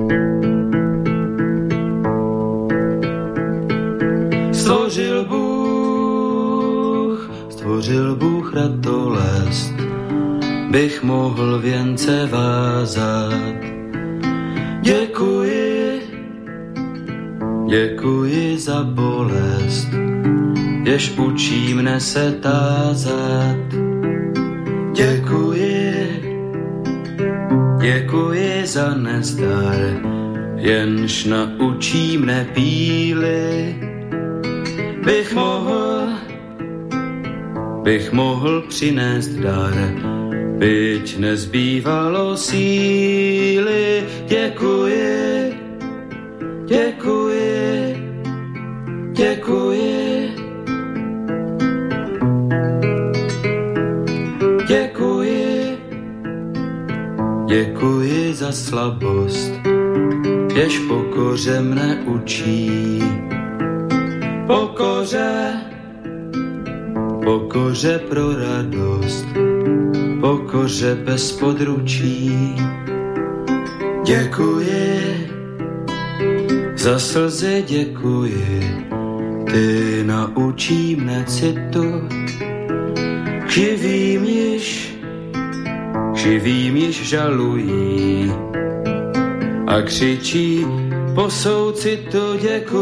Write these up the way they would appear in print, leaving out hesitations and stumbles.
Stvořil Bůh ratolest, bych mohl věnce vázat. Děkuji za bolest, jež učí mne se tázat. Děkuji za nezdar, jenž naučí mne píly. Bych mohl přinést dar, byť nezbývalo síly. Děkuji za slabost, jež pokoře mne učí. Pokoře pro radost, pokoře bez područí. Děkuji za slzy, děkuji, ty naučí mne citu. Živým již žalují a křičí po soucitu.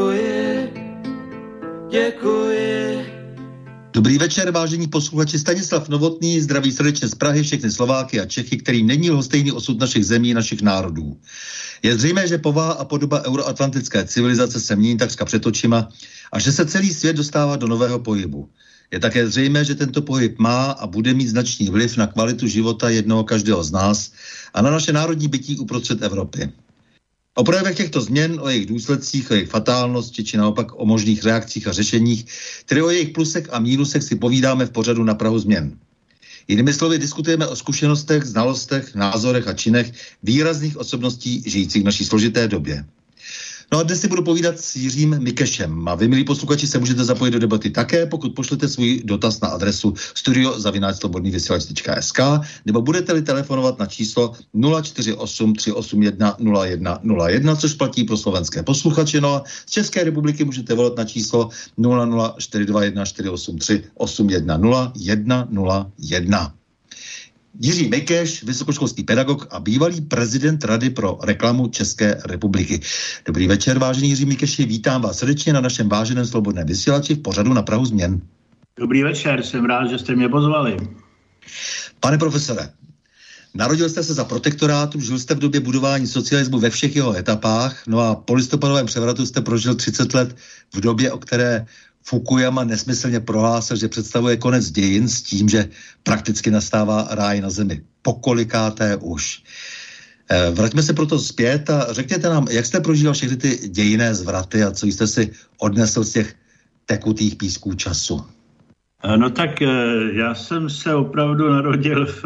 Děkuji. Dobrý večer, vážení posluchači. Stanislav Novotný zdraví srdečně z Prahy všechny Slováky a Čechy, kterým není lhostejný osud našich zemí, našich národů. Je zřejmé, že povaha a podoba euroatlantické civilizace se mění takřka před očima a že se celý svět dostává do nového pohybu. Je také zřejmé, že tento pohyb má a bude mít značný vliv na kvalitu života jednoho každého z nás a na naše národní bytí uprostřed Evropy. O projevech těchto změn, o jejich důsledcích, o jejich fatálnosti, či naopak o možných reakcích a řešeních, tedy o jejich plusech a mínusech si povídáme v pořadu Na prahu změn. Jinými slovy, diskutujeme o zkušenostech, znalostech, názorech a činech výrazných osobností žijících v naší složité době. No a dnes si budu povídat s Jiřím Mikešem. A vy, milí posluchači, se můžete zapojit do debaty také, pokud pošlete svůj dotaz na adresu studio@slobodnyvysielac.sk nebo budete-li telefonovat na číslo 048 381 0101, což platí pro slovenské posluchače. No a z České republiky můžete volat na číslo 00 421 483 810 101. Jiří Mikeš, vysokoškolský pedagog a bývalý prezident Rady pro reklamu České republiky. Dobrý večer, vážený Jiří Mikeši, vítám vás srdečně na našem váženém slobodném vysílači v pořadu Na prahu změn. Dobrý večer, jsem rád, že jste mě pozvali. Pane profesore, narodil jste se za protektorátu, žil jste v době budování socialismu ve všech jeho etapách, no a po listopadovém převratu jste prožil 30 let v době, o které Fukuyama nesmyslně prohlásil, že představuje konec dějin s tím, že prakticky nastává ráj na zemi. Pokolikáté už. Vraťme se proto zpět a řekněte nám, jak jste prožíval všechny ty dějinné zvraty a co jste si odnesl z těch tekutých písků času. No tak já jsem se opravdu narodil v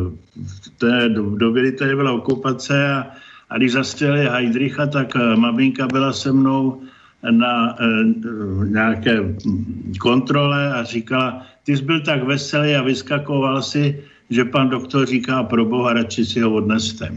té době, kdy tady byla okupace a když zastřelili Heydricha, tak maminka byla se mnou na nějaké kontrole a říkala, ty jsi byl tak veselý a vyskakoval si, že pan doktor říká, pro boha, radši si ho odnestem.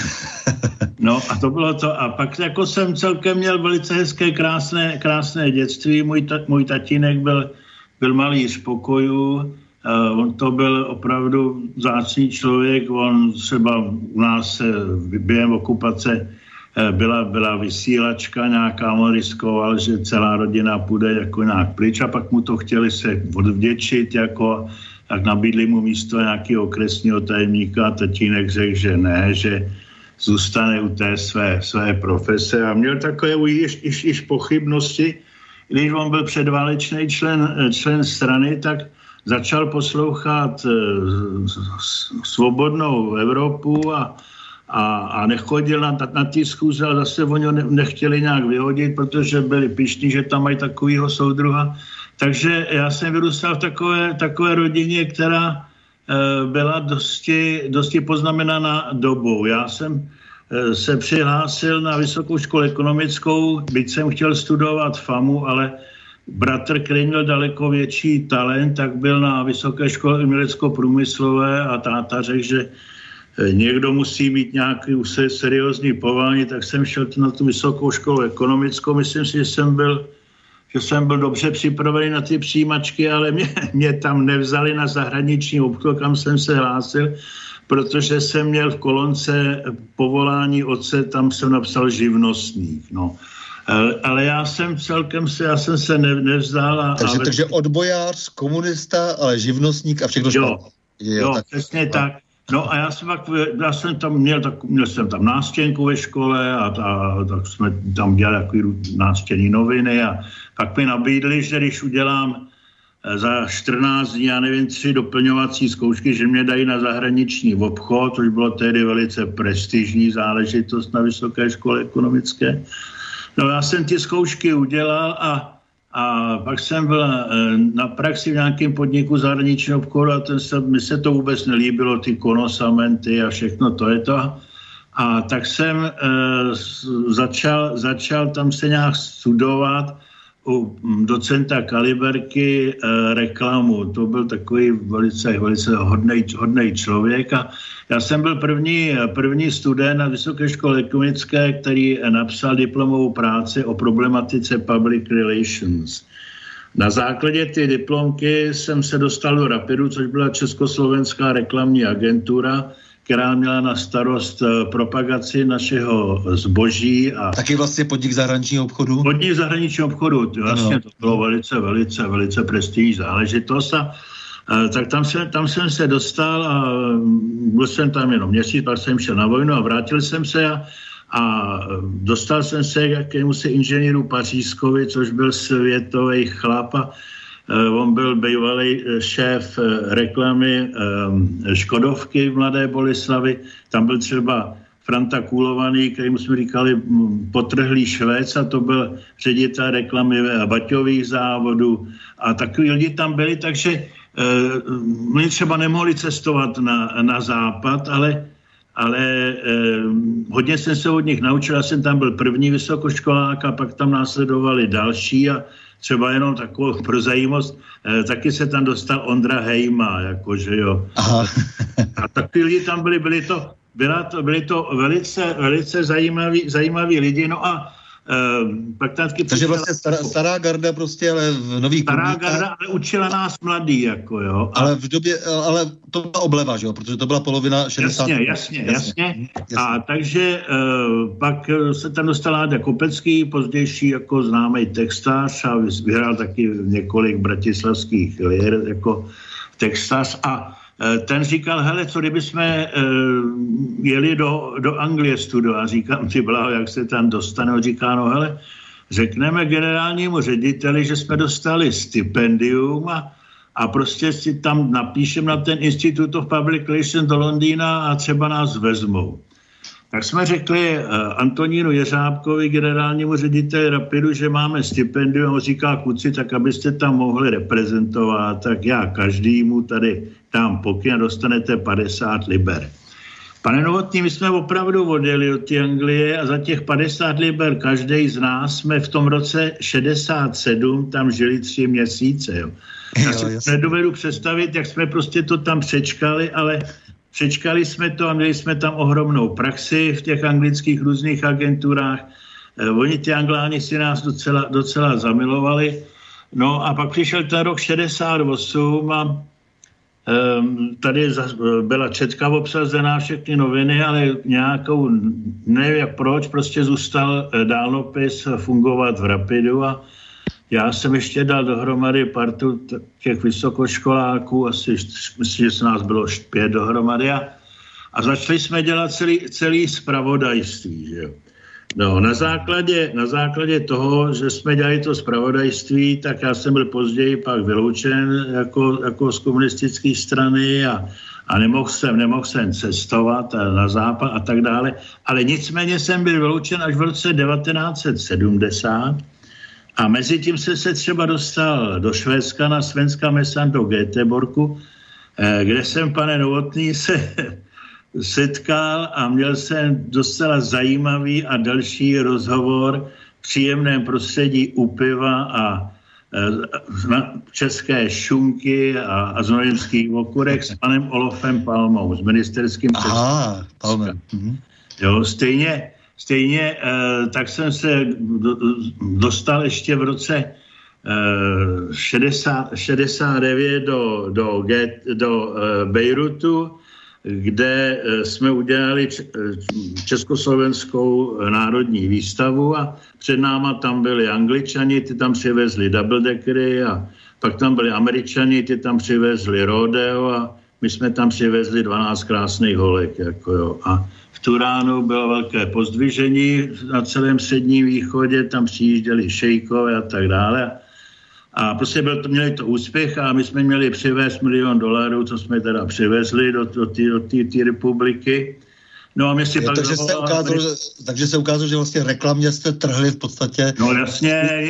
No a to bylo to. A pak jako jsem celkem měl velice hezké, krásné dětství. Můj tatínek byl malíř pokojů. On to byl opravdu vzácný člověk. On třeba u nás během okupace byla vysílačka nějaká, on riskoval, že celá rodina půjde jako nějak pryč a pak mu to chtěli se odvděčit, jako, tak nabídli mu místo nějakého okresního tajemníka a tatínek řekl, že ne, že zůstane u té své profese a měl takové již pochybnosti. Když on byl předválečný člen strany, tak začal poslouchat Svobodnou Evropu a nechodil na ty schůze, ale zase oni ho nechtěli nějak vyhodit, protože byli pyšní, že tam mají takovýho soudruha. Takže já jsem vyrůstal v takové rodině, která byla dosti poznamenána dobou. Já jsem se přihlásil na vysokou školu ekonomickou, byť jsem chtěl studovat FAMu, ale bratr, který měl daleko větší talent, tak byl na vysoké škole umělecko-průmyslové a táta řekl, že někdo musí mít nějaký seriózní povolání, tak jsem šel na tu vysokou školu ekonomickou. Myslím si, že jsem byl dobře připravený na ty přijímačky, ale mě tam nevzali na zahraniční obchod, kam jsem se hlásil, protože jsem měl v kolonce povolání otce, tam jsem napsal živnostník, no. Ale já jsem se nevzdal. Takže odbojář, komunista, ale živnostník a všechno špatně. Jo, přesně tak. No a já jsem tam měl jsem tam nástěnku ve škole a tak jsme tam dělali takový nástěnný noviny a pak mi nabídli, že když udělám za 14 dní, 3 doplňovací zkoušky, že mě dají na zahraniční obchod, což bylo tehdy velice prestižní záležitost na vysoké škole ekonomické. No já jsem ty zkoušky udělal a pak jsem byl na praxi v nějakém podniku zahraničního obchodu a mi se to vůbec nelíbilo, ty konosamenty a všechno to je to. A tak jsem začal tam se nějak studovat u docenta Kaliberky reklamu. To byl takový velice hodnej člověk a já jsem byl první student na Vysoké škole ekonomické, který napsal diplomovou práci o problematice public relations. Na základě ty diplomky jsem se dostal do Rapidu, což byla československá reklamní agentura, která měla na starost propagaci našeho zboží. Taky vlastně podnik zahraničního obchodu? Podnik zahraničního obchodu, vlastně to bylo velice prestižní záležitost. Tak tam jsem se dostal a byl jsem tam jenom měsíc, pak jsem šel na vojnu a vrátil jsem se a dostal jsem se k jakémusi inženýru Pařízkovi, což byl světový chlap a on byl bývalý šéf reklamy Škodovky v Mladé Boleslavi. Tam byl třeba Franta Kůlovaný, kterému jsme říkali potrhlý Švéd, a to byl ředitel reklamy baťových závodů. A takový lidi tam byli, takže my třeba nemohli cestovat na západ, ale hodně jsem se od nich naučil. Já jsem tam byl první vysokoškolák a pak tam následovali další a třeba jenom takovou pro zajímavost, taky se tam dostal Ondra Hejma, jakože jo. Aha. A takový lidi tam byli to velice zajímaví lidi, no a pak taky... Takže vlastně stará garda prostě, ale v nových podmínkách. Stará garda, ale učila nás mladý, jako jo. Ale ale to byla obleva, že jo, protože to byla polovina 60. Jasně. A takže pak se tam dostal Láďa Kopecký, pozdější jako známý textář a vyhrál taky několik bratislavských lier jako textář a ten říkal, hele, co kdyby jsme jeli do Anglie studovat. Říkám, ty blaho, jak se tam dostane. Říká, no hele, řekneme generálnímu řediteli, že jsme dostali stipendium a prostě si tam napíšem na ten Institute of Public Relations do Londýna a třeba nás vezmou. Tak jsme řekli Antonínu Jeřábkovi, generálnímu řediteli Rapidu, že máme stipendium. On říká, kluci, tak abyste tam mohli reprezentovat, tak já každému tady dám pokyn a dostanete 50 liber. Pane Novotný, my jsme opravdu odjeli do té Anglie a za těch 50 liber každý z nás jsme v tom roce 67 tam žili 3 měsíce. Jo. Já si nedovedu představit, jak jsme prostě to tam přečkali, ale přečkali jsme to a měli jsme tam ohromnou praxi v těch anglických různých agenturách. Oni ty Angláni si nás docela zamilovali. No a pak přišel ten rok 68 a tady byla četka obsazená, všechny noviny, ale nějakou, nevím jak proč, prostě zůstal dálnopis fungovat v Rapidu a já jsem ještě dal dohromady partu těch vysokoškoláků, asi myslím, že se nás bylo 5 dohromady a začali jsme dělat celý zpravodajství, že jo. No, na základě toho, že jsme dělali to zpravodajství, tak já jsem byl později pak vyloučen jako z komunistické strany a nemohl jsem cestovat na západ a tak dále. Ale nicméně jsem byl vyloučen až v roce 1970 a mezi tím jsem se třeba dostal do Švédska na Svenska Mässan do Göteborgu, kde jsem, pane Novotný, se setkal a měl jsem docela zajímavý a další rozhovor v příjemném prostředí u piva a české šunky a znojemských okurek s panem Olofem Palmou, s ministerským předsedou. Palme. Jo, stejně tak jsem se dostal ještě v roce 69 do Bejrutu, kde jsme udělali Československou národní výstavu a před náma tam byli Angličani, ty tam přivezli double-deckery a pak tam byli Američani, ty tam přivezli rodeo a my jsme tam přivezli 12 krásných holek. Jako jo. A v Turánu bylo velké pozdvižení na celém Středním východě, tam přijížděli šejkové a tak dále. A prostě měli to úspěch a my jsme měli přivést $1 milion, co jsme teda přivezli do té republiky. No a my si pak takže se ukázalo, že vlastně reklamně jste trhli v podstatě. No jasně,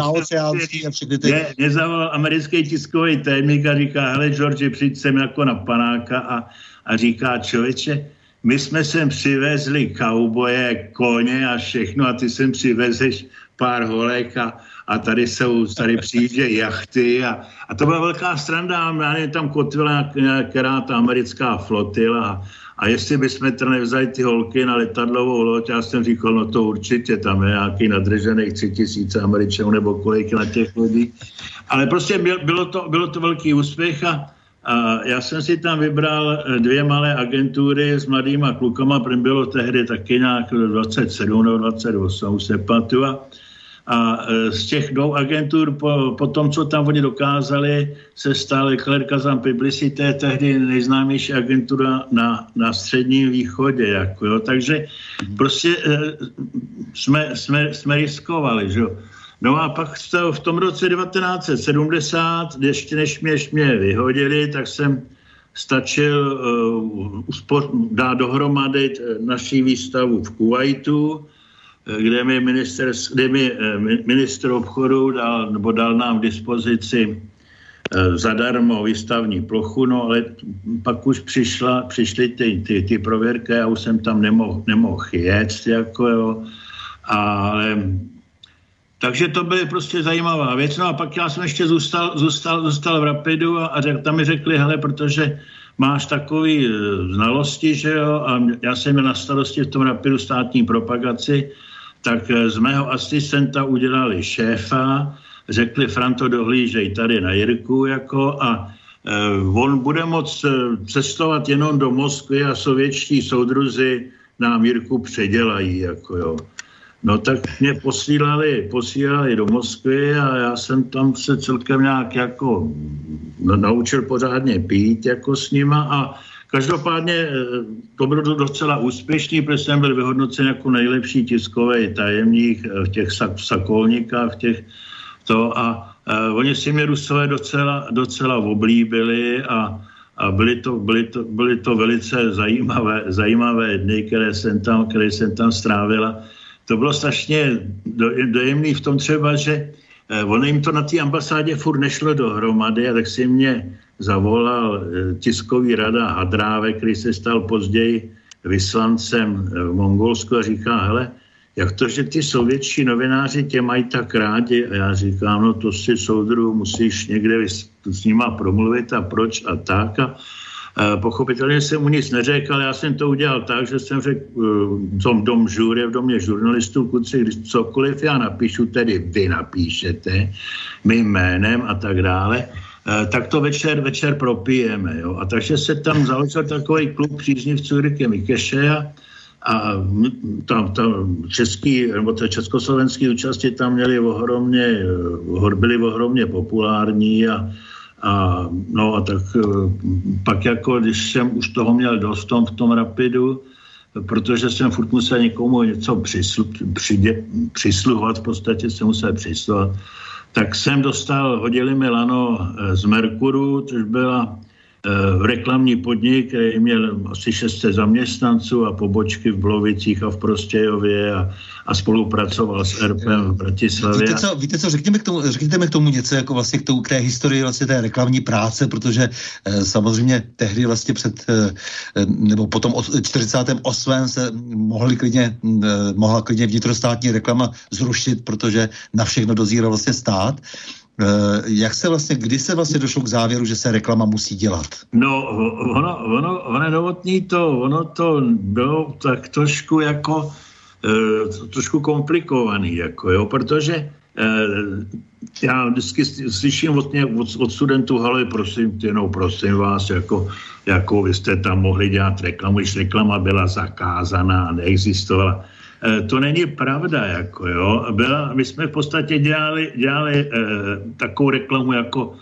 mě zavolal americký tiskový tajemník a říká, hele Georgi, přijď sem jako na panáka a říká, člověče, my jsme sem přivezli kauboje, koně a všechno a ty sem přivezeš pár holek a tady přijíždějí jachty a to byla velká sranda, tam kotvila nějaká ta americká flotila a jestli bychom to nevzali ty holky na letadlovou loď, já jsem říkal, no to určitě, tam je nějaký nadržených 3000 Američanů nebo kolik na těch lodích, ale prostě bylo to velký úspěch a já jsem si tam vybral 2 malé agentury s mladýma klukama, protože bylo tehdy taky nějak 27 nebo 28, už se pamatuju. A z těch 2 agentur po tom, co tam oni dokázali, se stala Claire Kazan Publicité, tehdy nejznámější agentura na Středním východě. Jako, jo. Takže prostě jsme riskovali. Že? No a pak v tom roce 1970, ještě než mě vyhodili, tak jsem stačil dát dohromady naší výstavu v Kuwaitu, kde mi ministr obchodu dal nám k dispozici zadarmo výstavní plochu, no ale pak už přišly ty prověrky, já už jsem tam nemohl jet, jako jo, ale takže to byly prostě zajímavá věc. No a pak já jsem ještě zůstal v Rapidu a tam mi řekli, hele, protože máš takový znalosti, že jo, a já jsem měl na starosti v tom Rapidu státní propagaci, tak z mého asistenta udělali šéfa, řekli, Franto, dohlížej tady na Jirku, jako, a on bude moct cestovat jenom do Moskvy a sovětští soudruzi nám Jirku předělají, jako jo. No tak mě posílali do Moskvy a já jsem tam se celkem nějak jako naučil pořádně pít jako s nima a každopádně to bylo docela úspěšný, protože jsem byl vyhodnocen jako nejlepší tiskový tajemník v těch Sakolnikách, a oni si mě Rusové docela oblíbili a byly to velice zajímavé dny, které jsem tam strávila. To bylo strašně dojemný v tom třeba, že ono jim to na té ambasádě furt nešlo dohromady, a tak si mě zavolal tiskový rada Hadrávek, který se stal později vyslancem v Mongolsku a říká, hele, jak to, že ty sovětští novináři tě mají tak rádi? A já říkám, no to si soudru musíš někde s nima promluvit a proč a tak. A pochopitelně jsem mu nic neřekl, ale já jsem to udělal tak, že jsem řekl v domě žurnalistů, kluci, když cokoliv já napíšu, tedy vy napíšete mým jménem a tak dále, tak to večer propijeme. Jo? A takže se tam založil takový klub příznivců Jirky Mikeše a tam český, nebo to československý účasti tam byli ohromně populární a tak pak jako, když jsem už toho měl dost v tom Rapidu, protože jsem furt musel někomu něco přisluhovat, v podstatě jsem musel přisluhovat, tak jsem hodili mi lano z Merkuru, což byla reklamní podnik, který měl asi 600 zaměstnanců a pobočky v Blovicích a v Prostějově a spolupracoval s RPM v Bratislavě. Víte co, řekněte mi k tomu něco, jako vlastně k té historii vlastně té reklamní práce, protože samozřejmě tehdy vlastně nebo potom 48. se mohla klidně vnitrostátní reklama zrušit, protože na všechno dozíral vlastně stát. Kdy se vlastně došlo k závěru, že se reklama musí dělat? No, ono Novotný ono to bylo tak trošku jako trošku komplikovaný, jako jo, protože já vždycky slyším od studentů, hele, prosím vás, jako vy jste tam mohli dělat reklamu, když reklama byla zakázaná a neexistovala. To není pravda, jako jo. My jsme v podstatě dělali takovou reklamu, jako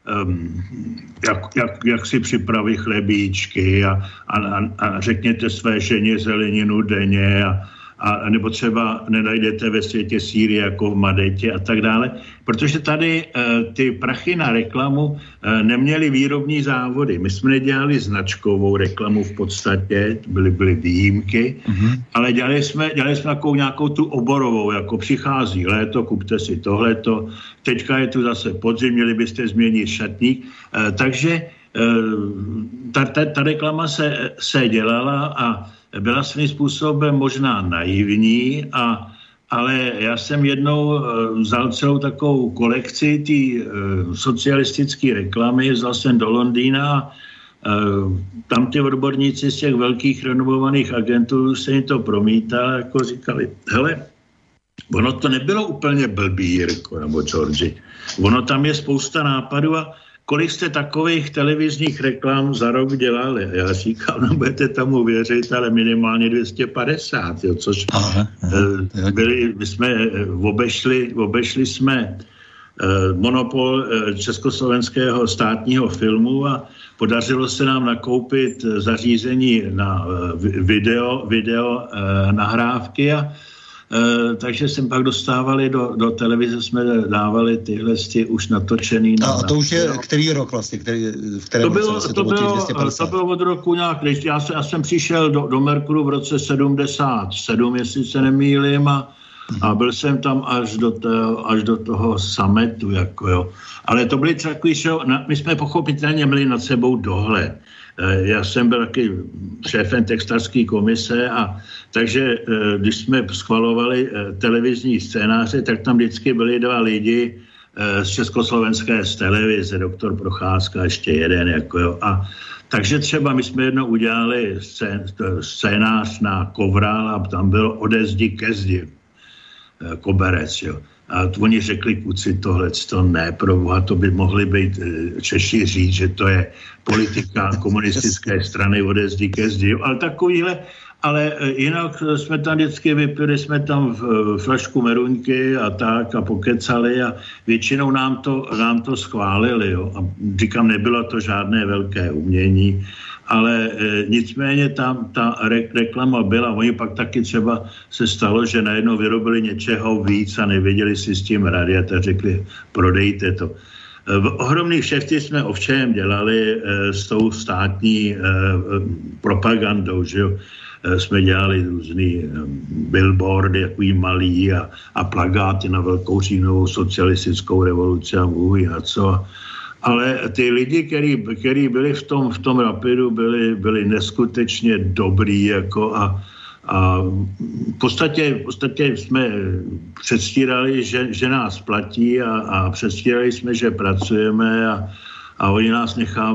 jak si připraví chlebíčky a řekněte své ženě zeleninu denně a nebo třeba nenajdete ve světě sýry jako v Madetě a tak dále, protože tady ty prachy na reklamu neměly výrobní závody. My jsme nedělali značkovou reklamu v podstatě, byly výjimky, ale dělali jsme nějakou tu oborovou, jako přichází léto, kupte si tohleto, teďka je tu zase podzim, měli byste změnit šatník, takže ta reklama se dělala a byla svým způsobem možná naivní, ale já jsem jednou vzal celou takovou kolekci té socialistické reklamy, vzal jsem do Londýna, tam ty odborníci z těch velkých renomovaných agentů se jim to promítali, jako říkali, hele, ono to nebylo úplně blbý, Jirko, nebo Georgi, ono tam je spousta nápadů a kolik jste takových televizních reklam za rok dělali? Já říkám, no budete tomu věřit, ale minimálně 250, jo, což my jsme obešli jsme monopol československého státního filmu a podařilo se nám nakoupit zařízení na video nahrávky a takže jsem pak dostávali do televize, jsme dávali tyhle už natočený. A to už je který rok vlastně? To bylo od roku nějak, já jsem přišel do Merkuru v roce 77, jestli se nemýlím, a byl jsem tam až do toho sametu, jako jo. Ale to byly takový show, my jsme pochopitelně měli nad sebou dohled. Já jsem byl taky šéfem textařské komise a takže když jsme schvalovali televizní scénáře, tak tam vždycky byli dva lidi z československé z televize, doktor Procházka, ještě jeden, jako jo. A takže třeba my jsme jednou udělali scénář na Kovral a tam bylo ode zdi ke zdi koberec, jo. A oni řekli, kluci, tohleto ne, proboha, to by mohli být Češi říct, že to je politika komunistické strany ode zdi ke zdi, ale takovýhle, ale jinak jsme tam vždycky vypili, jsme tam flašku meruňky a tak a pokecali a většinou nám to schválili, jo. A říkám, nebylo to žádné velké umění, ale nicméně tam ta reklama byla. Oni pak taky třeba se stalo, že najednou vyrobili něčeho víc a nevěděli si s tím rady a tak řekli, prodejte to. Ohromný kšefty jsme ovšem dělali s tou státní propagandou, že jo. Jsme dělali různý billboardy, takový malý a plakáty na velkou říjnovou socialistickou revoluci a mluví na co. Ale ty lidi, kteří byli v tom Rapidu, byli neskutečně dobrý, jako a v podstatě jsme předstírali, že nás platí a předstírali jsme, že pracujeme a oni nás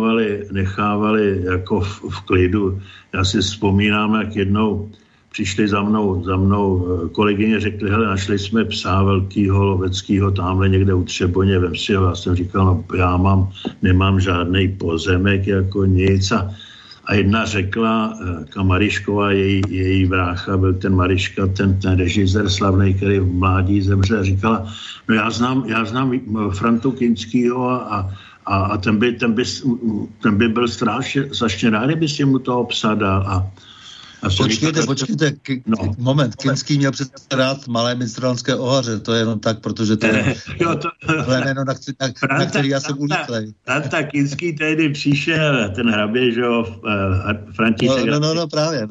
nechávali jako v klidu. Já si vzpomínám, jak jednou přišli za mnou kolegyně, řekli, hele, našli jsme psa velkýho, loveckýho, tamhle někde u Třeboně, vem si ho. Já jsem říkal, no já nemám žádnej pozemek, jako nic. A jedna řekla, Marišková, její brácha, byl ten Mariška, ten režisér slavnej, který v mládí zemřel, a říkala, no já znám Frantu Kinskýho a ten by byl strašně rád, kdyby si mu toho psa dal. Počkejte, moment, Kinský měl přece rád Malé Mistranské Ohaře, to je jenom tak, protože to je jméno, na který já jsem ulítlej. Franta Kinský tehdy přišel, ten hrabě, že jo, František. No, právě.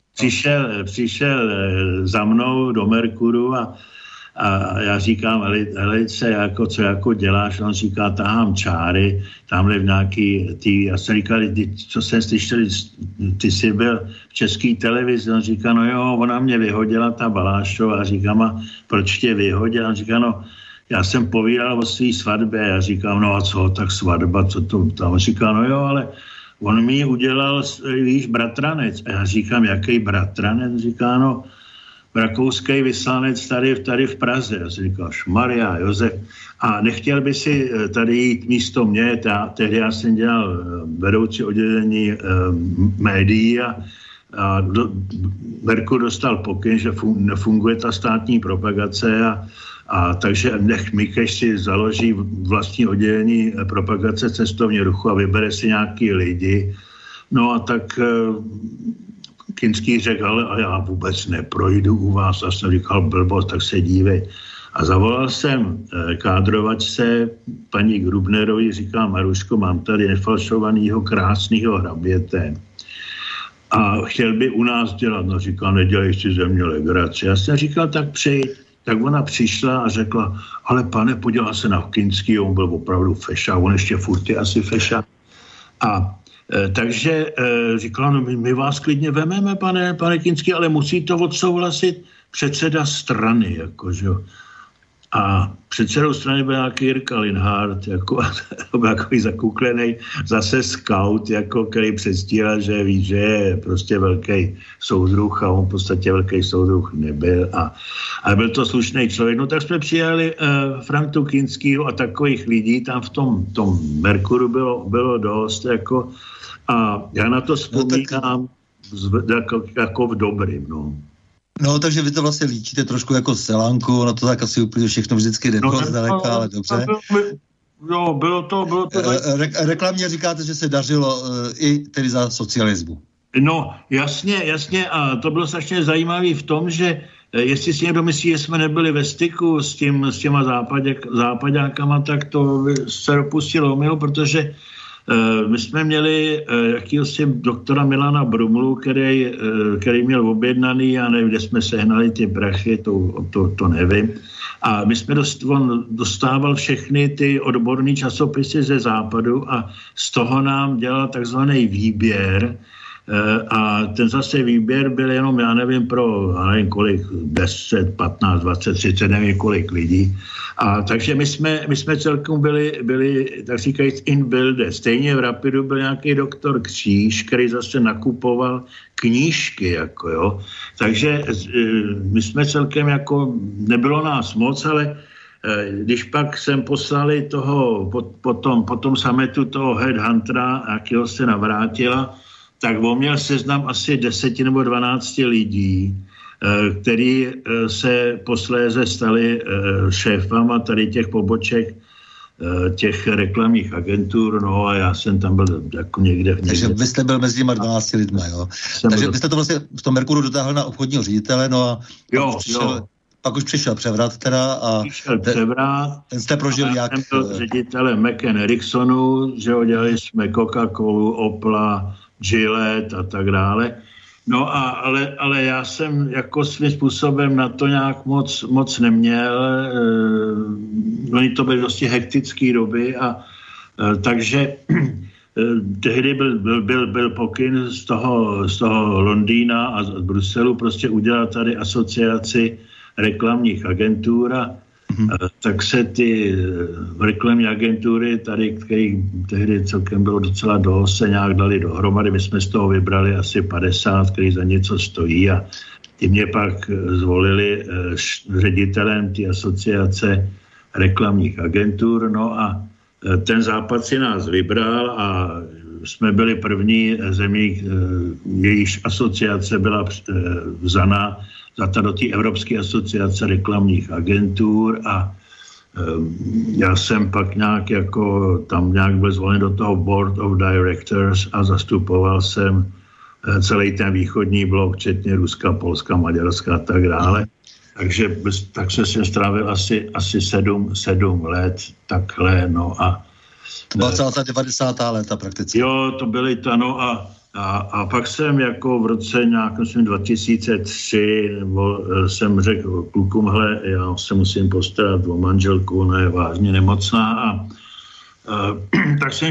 Přišel za mnou do Merkuru a já říkám, Elice, co jako děláš? On říká, tahám čáry, tamhle v nějaký, já jsem říkal, co jsem slyšel, ty jsi byl v české televizi. On říká, no jo, ona mě vyhodila, ta Balášová. A říkám, a proč tě vyhodila? On říká, no, já jsem povídal o své svatbě, já říkám, no a co, tak svatba, co to tam? Říká, no jo, ale on mi udělal, víš, bratranec. A já říkám, jaký bratranec? Říká, no, rakouský vyslanec tady v Praze. Já si říkal, Maria, Josef. A nechtěl by si tady jít místo mě, tehdy já jsem dělal vedoucí oddělení médií a Merkur dostal pokyn, že nefunguje ta státní propagace a takže nech Mikeš si založí vlastní oddělení propagace cestovního ruchu a vybere si nějaký lidi. No a tak Kinský řekl, ale já vůbec neprojdu u vás. A jsem říkal, blbost, tak se dívej. A zavolal jsem kádrovačce paní Grubnerovi, říkám, Maruško, mám tady nefalšovanýho krásnýho hraběte. A chtěl by u nás dělat. No říkal, nedělej si ze mě legraci. Já jsem říkal, tak přijď. Tak ona přišla a řekla, ale pane, podívala se na Kinský, on byl opravdu feša, on ještě furt je asi feša. A takže říkala, no my vás klidně vememe, pane Kinský, ale musí to odsouhlasit předseda strany, jakože. A předsedou strany byl nějaký Jirka Linhardt, jako takový zakuklený, zase scout, jako, který předstíral, že ví, že je prostě velký soudruh a on v podstatě velký soudruh nebyl. A byl to slušný člověk. No tak jsme přijali Frantu Kinskýho a takových lidí tam v tom Merkuru bylo dost, jako, a já na to vzpomínám jako v dobrým, no. No, takže vy to vlastně líčíte trošku jako selánku, no to tak asi úplně všechno vždycky nebylo zdaleka, ale dobře. No, bylo to... Reklamně říkáte, že se dařilo i tedy za socialismu. No, jasně, a to bylo strašně zajímavé v tom, že jestli si někdo myslí, že jsme nebyli ve styku s těma západákama, tak to se dopustilo omylu, protože my jsme měli jakýhosi doktora Milana Brumlu, který měl objednaný, já nevím, kde jsme sehnali ty prachy, to nevím. A my jsme dostával všechny ty odborné časopisy ze západu a z toho nám dělal takzvaný výběr. A ten zase výběr byl jenom, já nevím kolik, 10, 15, 20, 30, nevím kolik lidí. A takže my jsme celkem byli tak říkajíc in builde. Stejně v Rapidu byl nějaký doktor Kříž, který zase nakupoval knížky, jako jo. Takže my jsme celkem jako, nebylo nás moc, ale když pak sem poslali toho, po tom sametu toho headhuntera, jakého se Navrátila, tak on měl seznam asi 10 nebo 12 lidí, který se posléze stali šéfama tady těch poboček, těch reklamních agentur, no a já jsem tam byl jako někde. Takže vy jste byl mezi těma 12 lidma, jo? Takže vy jste to vlastně v tom Merkuru dotáhl na obchodního ředitele, no a pak už přišel převrat teda a ten jste prožil jak? Jsem byl ředitelem McCann Ericssonu, že ho dělali jsme Coca-Colu, Opla, Gillette a tak dále. No ale já jsem jako svým způsobem na to nějak moc neměl. Oni to byly dosti hektické doby a takže tehdy byl pokyn z toho Londýna a z Bruselu prostě udělat tady asociaci reklamních agentur a tak se ty reklamní agentury tady, kterých tehdy celkem bylo docela dost, se nějak dali dohromady. My jsme z toho vybrali asi 50, který za něco stojí a ty mě pak zvolili ředitelem ty asociace reklamních agentur. No a ten Západ si nás vybral a jsme byli první zemí, jejíž asociace byla vzaná do té Evropské asociace reklamních agentur a já jsem pak nějak jako tam nějak byl zvolen do toho Board of Directors a zastupoval jsem celý ten východní blok, včetně Ruska, Polska, Maďarska a tak dále. Takže tak jsem strávil asi 7 let takhle, no a... To byla celá ta 90. léta prakticky. Jo, to byly ta, no a pak jsem jako v roce nějakým 2003 nebo jsem řekl klukům, hele, já se musím postarat o manželku, ona je vážně nemocná a tak jsem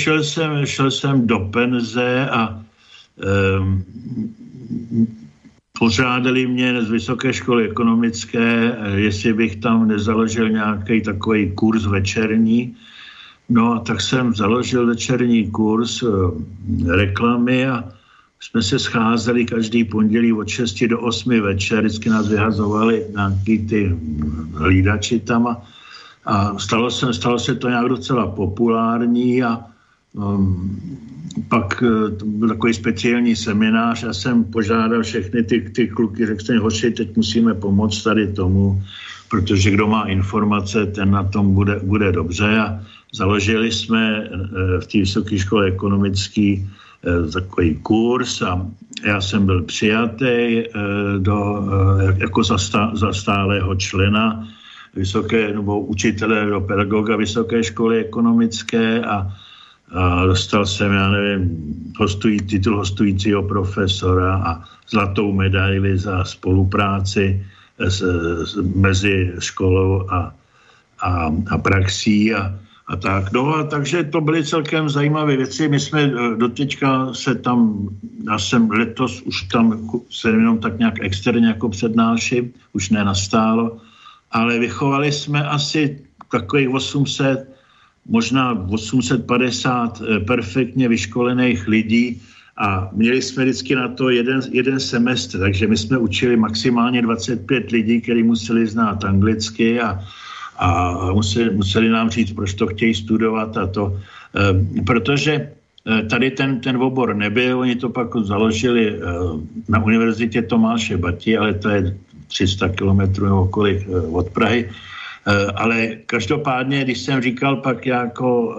šel jsem do penze a pořádali mě z Vysoké školy ekonomické, jestli bych tam nezaložil nějaký takový kurz večerní. No a tak jsem založil večerní kurz reklamy a jsme se scházeli každý pondělí od 6 do 8 večer, vždycky nás vyhazovali nějaký ty hlídači tam a stalo se to nějak docela populární a pak to byl takový speciální seminář a jsem požádal všechny ty kluky, řekl jsem, hoši, teď musíme pomoct tady tomu, protože kdo má informace, ten na tom bude dobře a založili jsme v té Vysoké škole ekonomické takový kurz a já jsem byl přijatý jako za stálého člena nebo učitele nebo pedagoga Vysoké školy ekonomické a dostal jsem, já nevím, titul hostujícího profesora a zlatou medaili za spolupráci mezi školou a praxí a tak. No a takže to byly celkem zajímavé věci. My jsme doteďka já jsem letos už tam se jenom tak nějak externě jako přednáším, už nenastálo, ale vychovali jsme asi takových 800, možná 850 perfektně vyškolených lidí a měli jsme vždycky na to jeden semestr, takže my jsme učili maximálně 25 lidí, kteří museli znát anglicky a museli nám říct, proč to chtějí studovat a to, protože tady ten obor nebyl, oni to pak založili na univerzitě Tomáše Bati, ale to je 300 kilometrů nebo kolik od Prahy, ale každopádně, když jsem říkal pak jako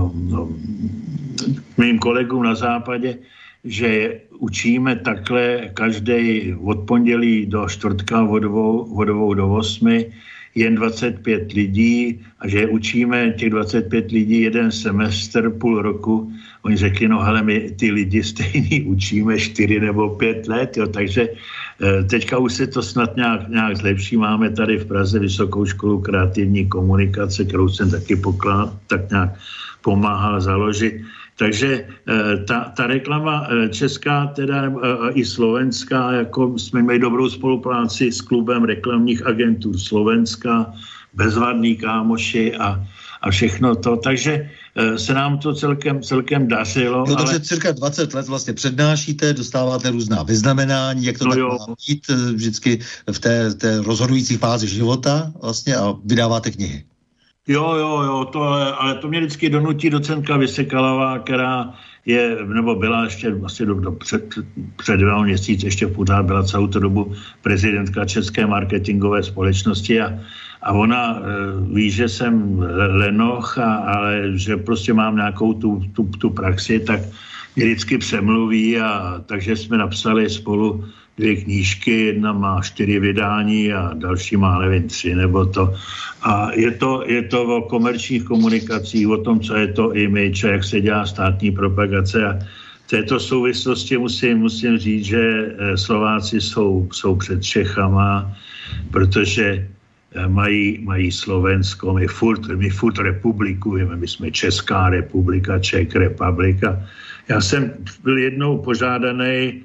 mým kolegům na západě, že učíme takhle každý od pondělí do čtvrtka od 2 do 8 jen 25 lidí a že učíme těch 25 lidí jeden semestr, půl roku. Oni řekli, no hele, my ty lidi stejný učíme 4 nebo 5 let, jo, takže teďka už se to snad nějak zlepší. Máme tady v Praze Vysokou školu kreativní komunikace, kterou jsem taky tak nějak pomáhal založit. Takže ta reklama česká, teda i slovenská, jako jsme měli dobrou spolupráci s klubem reklamních agentur Slovenska, bezvadný kámoši a všechno to. Takže se nám to celkem dařilo. No, takže cirka 20 let vlastně přednášíte, dostáváte různá vyznamenání, jak to tak má být vždycky v té rozhodující fázi života vlastně a vydáváte knihy. Jo, ale to mě vždycky donutí docentka Vysekalová, která je, nebo byla ještě vlastně před 2 měsíc, ještě pořád byla celou tu dobu prezidentka České marketingové společnosti a ona ví, že jsem lenoch, ale že prostě mám nějakou tu praxi, tak mě vždycky přemluví a takže jsme napsali spolu 2 knížky, jedna má 4 vydání a další má, nevím, 3 nebo to. A je to o komerčních komunikacích, o tom, co je to image a jak se dělá státní propagace. A v této souvislosti musím říct, že Slováci jsou před Čechama, protože mají Slovensko, my furt republikujeme, my jsme Česká republika, Czech republika. Já jsem byl jednou požádaný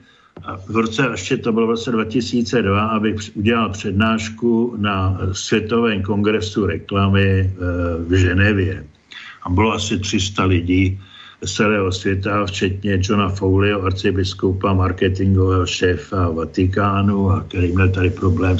to bylo v roce 2002, abych udělal přednášku na Světovém kongresu reklamy v Ženevě. A bylo asi 300 lidí z celého světa, včetně Johna Foleyho, arcibiskupa, marketingového šéfa Vatikánu, a který měl tady problém,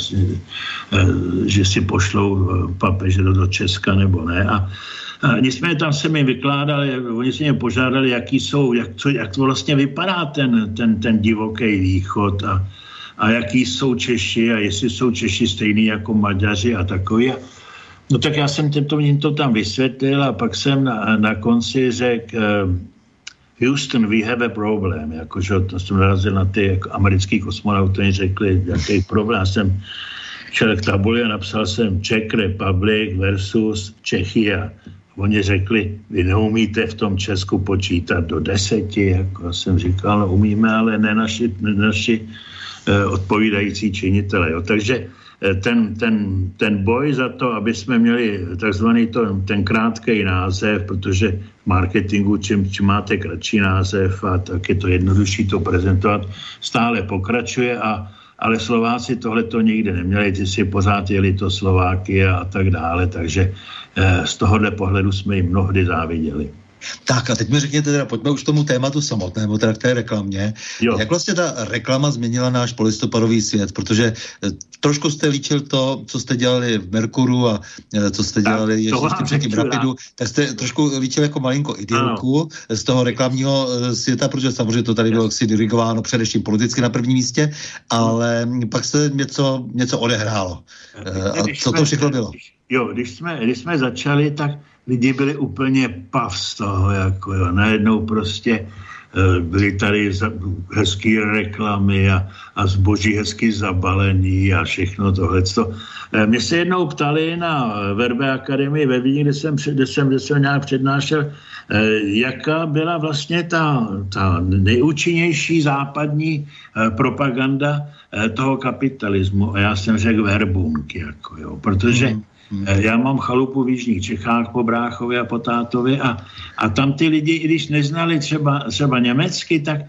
že si pošlou papeže do Česka nebo ne. A nicméně tam se mi vykládali, oni se mě požádali, jak to vlastně vypadá ten divoký východ a jaký jsou Češi a jestli jsou Češi stejný jako Maďaři a takový. No tak já jsem jim to tam vysvětlil a pak jsem na konci řekl Houston, we have a problem. Jakože to jsem narazil na ty jako americký kosmonauty, oni řekli, jaký problém. Já jsem šel k tabuli a napsal jsem Czech Republic versus Czechia. Oni řekli, vy neumíte v tom Česku počítat do 10, jako jsem říkal, no umíme, ale ne naši odpovídající činitele. Jo. Takže ten boj za to, aby jsme měli takzvaný ten krátký název, protože v marketingu, čím máte kratší název, a tak je to jednodušší to prezentovat, stále pokračuje a ale Slováci tohle to nikdy neměli, ty si pořád jeli to Slováky a tak dále, takže z tohohle pohledu jsme jim mnohdy záviděli. Tak a teď mi řekněte teda, pojďme už k tomu tématu samotnému, teda k té reklamě. Jo. Jak vlastně ta reklama změnila náš polistopadový svět, protože trošku jste líčil to, co jste dělali v Merkuru a co jste dělali ještě v tím předtím Rapidu, tak jste trošku líčil jako malinko idylku z toho reklamního světa, protože samozřejmě to tady bylo jaksi dirigováno především politicky na prvním místě, ale pak se něco odehrálo. A co to všechno bylo? Když jsme začali, tak lidi byli úplně pav z toho, jako jo. Najednou prostě byly tady hezký reklamy a zboží hezky zabalený a všechno tohleto. Mě se jednou ptali na Verbe Akademii ve Vídni, kde jsem nějak přednášel, jaká byla vlastně ta nejúčinnější západní propaganda toho kapitalismu. A já jsem řekl verbunky, jako jo, protože já mám chalupu v jižních Čechách po bráchovi a po tátovi a tam ty lidi, i když neznali třeba německy, tak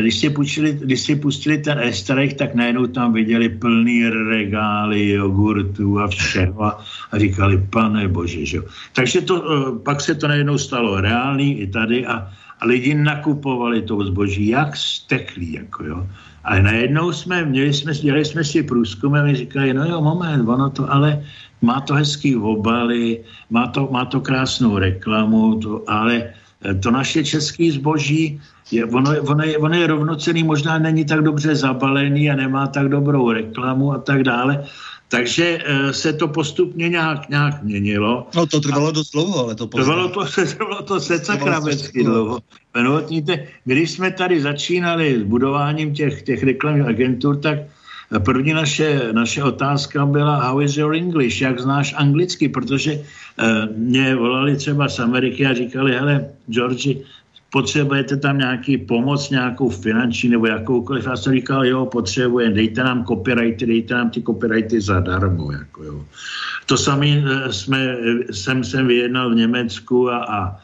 když si pustili ten Esterech, tak najednou tam viděli plný regály jogurtů a všeho a říkali, pane bože, že jo. Takže pak se to najednou stalo reálný i tady a lidi nakupovali to zboží jak steklí, jako jo. Ale najednou dělali jsme si průzkum a my říkali, no jo, moment, ono to ale má to hezký obaly, má to krásnou reklamu, ale to naše české zboží, ono je rovnocenný, možná není tak dobře zabalený a nemá tak dobrou reklamu a tak dále. Takže se to postupně nějak měnilo. No to trvalo dost dlouho, ale to trvalo to seckravecky dlouho. Když jsme tady začínali s budováním těch reklamních agentur, tak první naše otázka byla how is your English, jak znáš anglicky, protože mě volali třeba z Ameriky a říkali, hele, Georgi, potřebujete tam nějaký pomoc, nějakou finanční nebo jakoukoliv. Já jsem říkal, jo, potřebujeme, dejte nám ty copyrighty zadarmo. Jako, jo. To samé jsem vyjednal v Německu a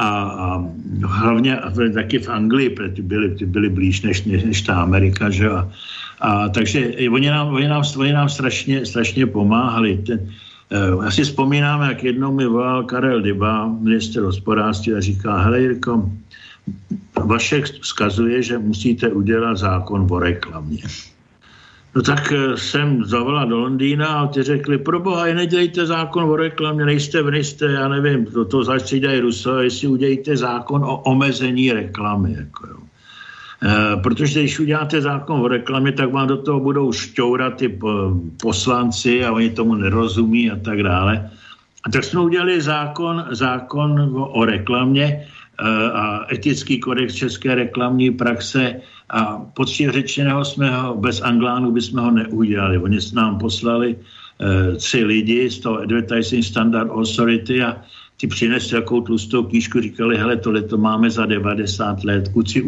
hlavně taky v Anglii, protože ty byly blíž než ta Amerika, že jo. A takže oni nám strašně pomáhali. Já si vzpomínám, jak jednou mi volal Karel Dyba, ministr hospodářství, a říká, hele Jirko, Vašek vzkazuje, že musíte udělat zákon o reklamě. No tak jsem zavolal do Londýna a ty řekli, proboha, nedělejte zákon o reklamě, nejste, já nevím, to začítají Rusové, jestli udělejte zákon o omezení reklamy. Jako jo. Protože když uděláte zákon o reklamě, tak vám do toho budou šťourat ty poslanci a oni tomu nerozumí a tak dále. A tak jsme udělali zákon o reklamě a etický kodex české reklamní praxe a poctivě řečeného jsme ho, bez Anglánů bychom ho neudělali. Oni nám poslali 3 lidi z toho Advertising Standard Authority a ty přinesli takovou tlustou knížku, říkali, hele, tohle to máme za 90 let, kuci,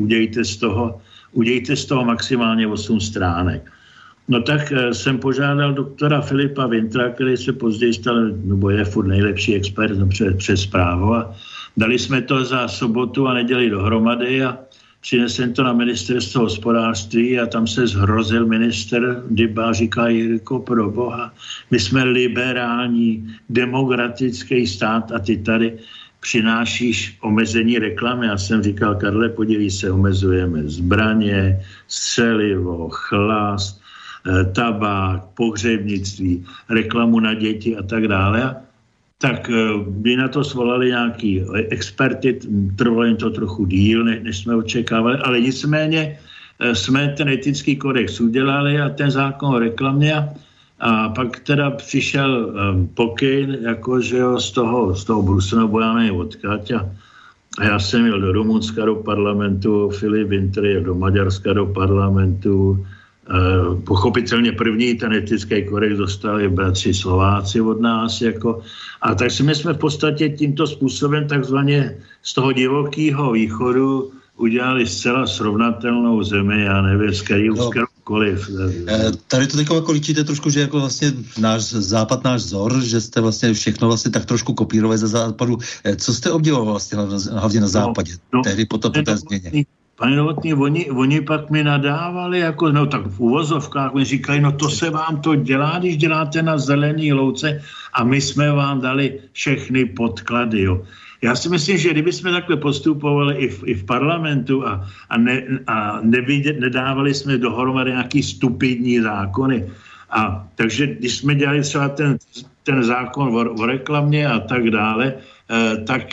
udějte z toho maximálně 8 stránek. No tak jsem požádal doktora Filipa Wintra, který se později stal, nebo je furt nejlepší expert přes právo a dali jsme to za sobotu a neděli dohromady a přinesem to na ministerstvo hospodářství a tam se zhrozil minister Dyba a říká, Jirko, pro boha, my jsme liberální, demokratický stát a ty tady přinášíš omezení reklamy. Já jsem říkal, Karle, podívej se, omezujeme zbraně, střelivo, chlast, tabák, pohřebnictví, reklamu na děti a tak dále. Tak by na to svolali nějaký experty, trvalo jim to trochu díl, než jsme očekávali, ale nicméně jsme ten etický kodex udělali a ten zákon o reklamě a pak teda přišel pokyn, jakože jo, z toho Bruselu, bo já nevím odkud a já jsem jel do Rumunska do parlamentu, Filip Winter jel do Maďarska do parlamentu, pochopitelně první ten etický kodex dostali bratři Slováci od nás, jako, a tak jsme v podstatě tímto způsobem takzvaně z toho divokého východu udělali zcela srovnatelnou zemi, já nevím, s kterýmkoliv. Tady to jako líčíte trošku, že jako vlastně náš vzor, že jste vlastně všechno vlastně tak trošku kopírovali ze západu. Co jste obdivoval vlastně hlavně na západě, tehdy po té změně? Pane Novotný, oni pak mi nadávali, jako, no tak v uvozovkách, oni říkají, no to se vám to dělá, když děláte na zelený louce a my jsme vám dali všechny podklady, jo. Já si myslím, že kdyby jsme takhle postupovali i v parlamentu a nedávali jsme dohromady nějaký stupidní zákony, a takže když jsme dělali třeba ten zákon o reklamě a tak dále, tak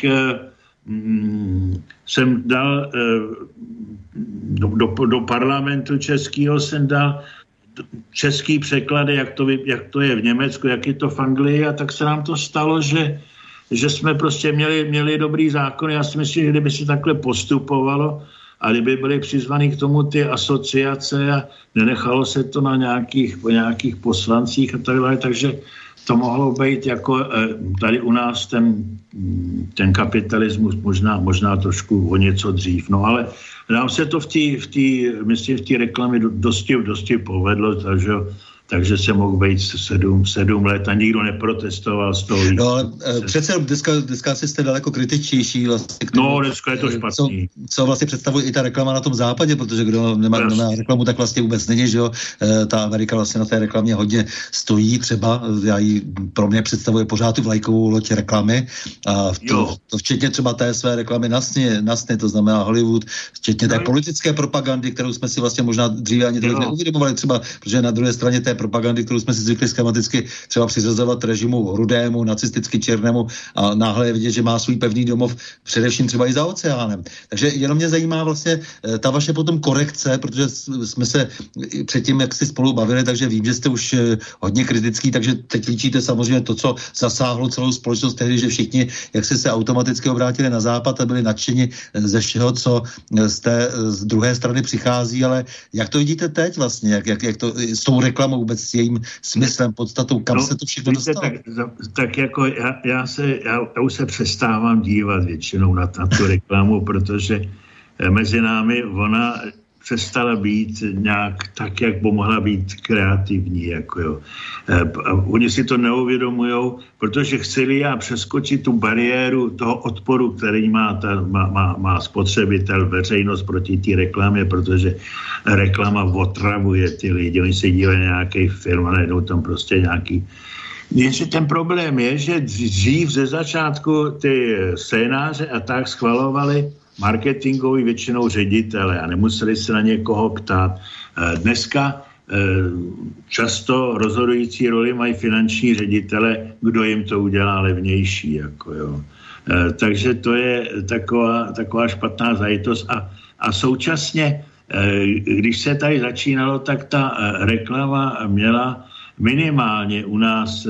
jsem dal do parlamentu českého jsem dal český překlady, jak to je v Německu, jak je to v Anglii, a tak se nám to stalo, že jsme prostě měli dobrý zákon. Já si myslím, že kdyby se takhle postupovalo a kdyby byly přizvaný k tomu ty asociace a nenechalo se to na nějakých poslancích a tak dále, takže to mohlo být jako tady u nás ten kapitalismus možná trošku o něco dřív. No ale nám se to v té reklamě dosti povedlo, takže se mohl být 7 let a nikdo neprotestoval z toho. No ale přece dneska jste daleko kritičtější vlastně. No, dneska je to špatný. Co vlastně představuje i ta reklama na tom západě, protože kdo nemá reklamu, tak vlastně vůbec není, že jo. Ta Amerika vlastně na té reklamě hodně stojí třeba, pro mě představuje pořád tu vlajkovou loď reklamy a to včetně třeba té své reklamy nasně, to znamená Hollywood, včetně té politické propagandy, kterou jsme si vlastně možná dříve ani tolik neuvědomovali třeba, protože na druhé straně té propagandy, kterou jsme si zvykli schematicky třeba přiřazovat režimu rudému, nacisticky černému a náhle je vidět, že má svůj pevný domov především třeba i za oceánem. Takže jenom mě zajímá vlastně ta vaše potom korekce, protože jsme se předtím, jak si spolu bavili, takže vím, že jste už hodně kritický, takže teď líčíte samozřejmě to, co zasáhlo celou společnost tehdy, že všichni, jak se automaticky obrátili na západ a byli nadšeni ze všeho, co z druhé strany přichází, ale jak to vidíte teď vlastně, jak to s tou reklamou vůbec s jejím smyslem, podstatou, kam se to všechno dostalo? Tak jako já už se přestávám dívat většinou na tu reklamu, protože mezi námi ona přestala být nějak tak, jak by mohla být kreativní. Jako jo. Oni si to neuvědomujou, protože chceli přeskočit tu bariéru toho odporu, který má spotřebitel, veřejnost proti té reklamě, protože reklama otravuje ty lidi. Oni se dívají na nějaký film a najednou tam prostě nějaký. Jenže ten problém je, že dřív ze začátku ty scénáře a tak schvalovali marketingoví většinou ředitele a nemuseli se na někoho ptát. Dneska často rozhodující roli mají finanční ředitele, kdo jim to udělá levnější. Jako jo. Takže to je taková špatná zajitost a současně, když se tady začínalo, tak ta reklama měla minimálně u nás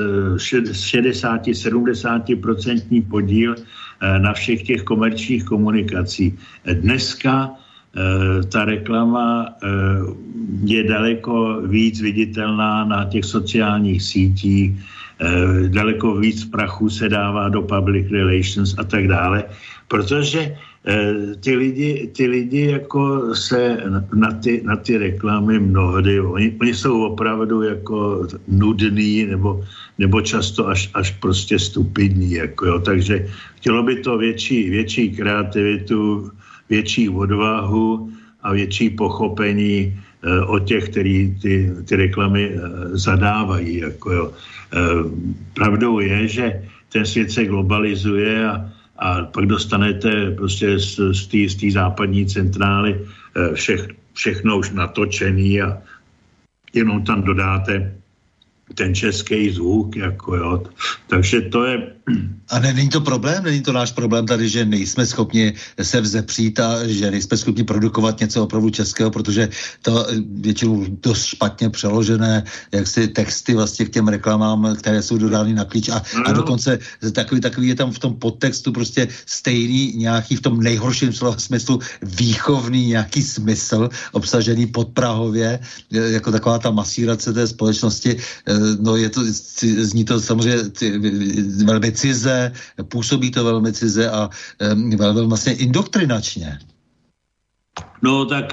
60-70% podíl na všech těch komerčních komunikací. Dneska ta reklama je daleko víc viditelná na těch sociálních sítích, daleko víc prachu se dává do public relations a tak dále, protože ty lidi jako se na ty reklamy mnohdy, oni jsou opravdu jako nudný nebo často až prostě stupidní. Jako jo. Takže chtělo by to větší kreativitu, větší odvahu a větší pochopení o těch, který ty reklamy zadávají. Jako jo. Pravdou je, že ten svět se globalizuje a pak dostanete prostě z té západní centrály všechno už natočený a jenom tam dodáte ten český zvuk, jako jo. Takže to je... A není to problém? Není to náš problém tady, že nejsme schopni se vzepřít a že nejsme schopni produkovat něco opravdu českého, protože to většinou dost špatně přeložené, jak si texty vlastně k těm reklamám, které jsou dodány na klíč a dokonce takový je tam v tom podtextu prostě stejný nějaký v tom nejhorším slova smyslu výchovný nějaký smysl obsažený podprahově, jako taková ta masírace té společnosti. No zní to samozřejmě velmi cize, působí to velmi cize a velmi vlastně indoktrinačně. No tak,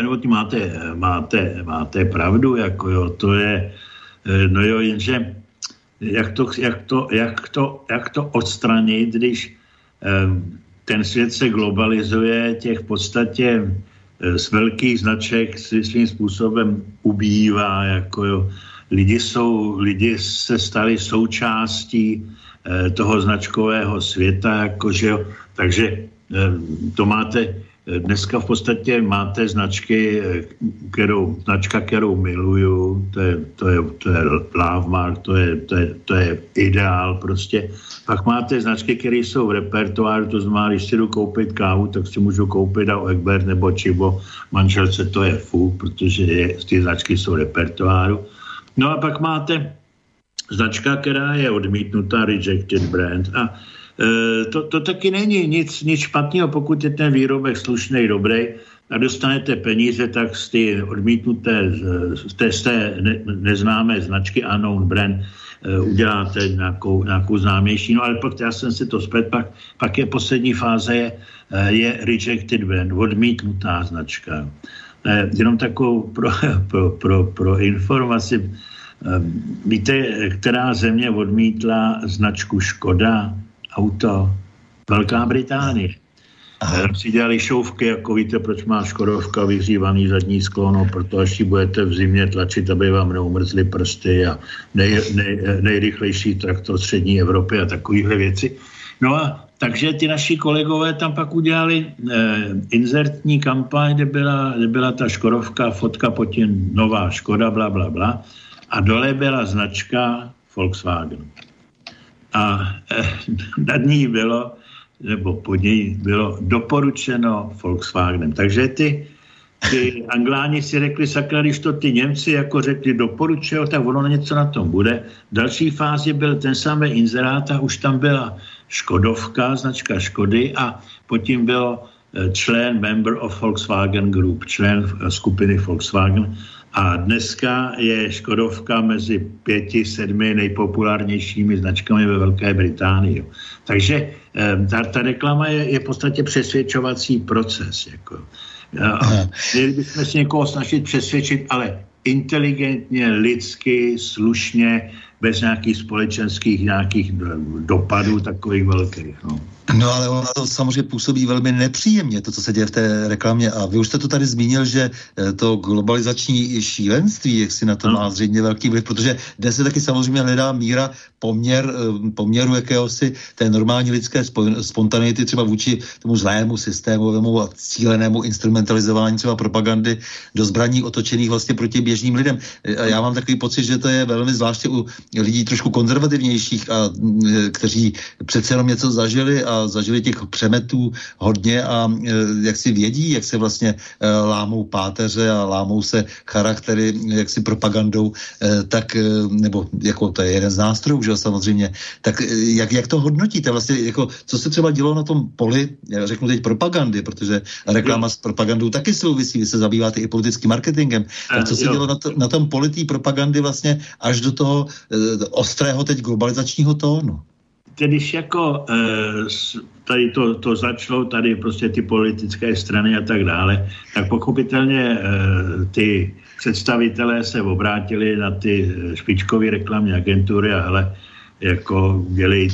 máte pravdu, jako jo, to je, no jo, jenže jak to odstranit, když ten svět se globalizuje, těch v podstatě z velkých značek svým způsobem ubývá, jako jo. Lidi se stali součástí toho značkového světa, jakože jo. Takže to máte, dneska v podstatě máte značka, kterou miluju, to je Lovemark, to je ideál prostě. Pak máte značky, které jsou v repertoáru, to znamená, když si jdu koupit kávu, tak si můžu koupit Egbert nebo Čibo, manželce to je protože ty značky jsou v repertoáru. No a pak máte značka, která je odmítnutá, rejected brand. A to taky není nic špatného, pokud je ten výrobek slušný, dobrý a dostanete peníze, tak z ty odmítnuté, z té neznámé značky unknown brand uděláte nějakou známější. No ale pak já jsem si to zpět, pak je poslední fáze je rejected brand, odmítnutá značka. Jenom takovou pro informaci. Víte, která země odmítla značku Škoda auto? Velká Británie. Si dělali šouvky, jako víte, proč má Škodovka vyhřívaný zadní sklo, no, proto až si budete v zimě tlačit, aby vám neumrzly prsty a nejrychlejší traktor střední Evropy a takovéhle věci. No a takže ty naši kolegové tam pak udělali inzertní kampaň, kde byla ta Škodovka, fotka pod tím nová Škoda, bla, bla, bla. A dole byla značka Volkswagen. A nad ní bylo, nebo pod ní bylo doporučeno Volkswagenem. Takže ty Angláni si řekli, sakra, když to ty Němci jako řekli doporučují, tak ono něco na tom bude. V další fázi byl ten samý inzerát a už tam byla Škodovka, značka Škody a pod tím bylo člen member of Volkswagen Group, člen skupiny Volkswagen. A dneska je Škodovka mezi 5-7 nejpopulárnějšími značkami ve Velké Británii. Takže ta reklama je v podstatě přesvědčovací proces. Jako. Měli bychom si někoho snažit přesvědčit, ale inteligentně, lidsky, slušně, bez nějakých společenských dopadů takových velkých. No ale ono to samozřejmě působí velmi nepříjemně, to, co se děje v té reklamě. A vy už jste to tady zmínil, že to globalizační šílenství, jak si na to má zřejmě velký vliv, protože dnes se taky samozřejmě hledá míra poměru jakéhosi té normální lidské spontaneity třeba vůči tomu zlému systémovému a cílenému instrumentalizování třeba propagandy do zbraní otočených vlastně proti běžným lidem. A já mám takový pocit, že to je velmi zvláště u lidí trošku konzervativnějších a kteří přece jenom něco zažili a zažili těch přemetů hodně a jak si vědí, jak se vlastně lámou páteře a lámou se charaktery jaksi propagandou, tak, nebo jako to je jeden z nástrojů, že samozřejmě, tak jak to hodnotíte vlastně, jako co se třeba dělo na tom poli, já řeknu teď propagandy, protože reklama s propagandou taky souvisí, vy se zabýváte i politickým marketingem, tak co se dělo na tom poli té propagandy vlastně až do toho ostrého teď globalizačního tónu? Když jako tady to začalo, tady prostě ty politické strany a tak dále, tak pochopitelně ty představitelé se obrátili na ty špičkové reklamní agentury a hele, jako dělej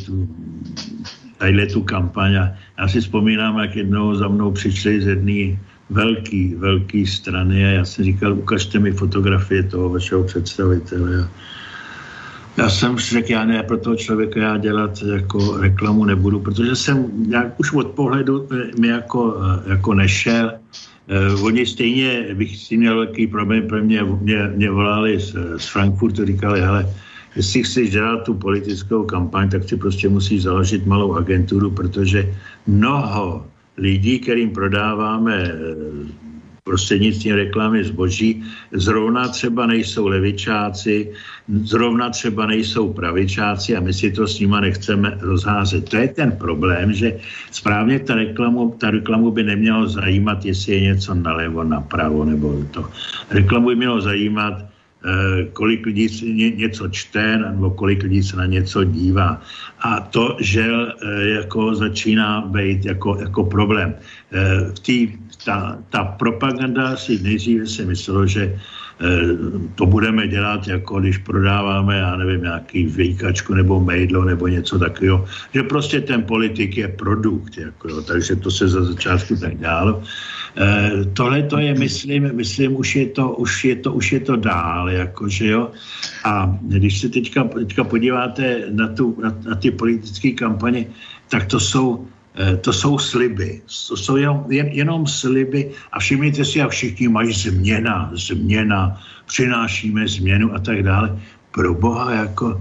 tu kampaň. A já si vzpomínám, jak jednou za mnou přišli z jedné velký strany a já jsem říkal, ukažte mi fotografie toho vašeho představitele. Já jsem si řekl, já ne, pro toho člověka já dělat jako reklamu nebudu, protože jsem nějak už od pohledu mi jako nešel. Oni stejně bych si měl velký problém, pro mě volali z Frankfurtu, říkali, hele, jestli chceš dělat tu politickou kampaň, tak si prostě musíš založit malou agenturu, protože mnoho lidí, kterým prodáváme prostřednictvím reklamy zboží, zrovna třeba nejsou levičáci, zrovna třeba nejsou pravičáci a my si to s nima nechceme rozházet. To je ten problém, že správně ta reklamu by nemělo zajímat, jestli je něco nalevo, napravo, nebo to. Reklamu by mělo zajímat, kolik lidí něco čte, nebo kolik lidí se na něco dívá. A to, žel, jako začíná být jako problém. Ta propaganda si nejdříve si myslelo, že to budeme dělat, jako když prodáváme, já nevím, nějaký vejkačku nebo mejdlo nebo něco takového, že prostě ten politik je produkt, jako jo, takže to se za začátku tak dělalo. Tohle to je, myslím, už je to dál, jakože jo. A když se teďka podíváte na ty politické kampaně, tak to jsou sliby. To jsou jenom sliby a všimněte si, a všichni mají změna, přinášíme změnu a tak dále. Pro Boha, jako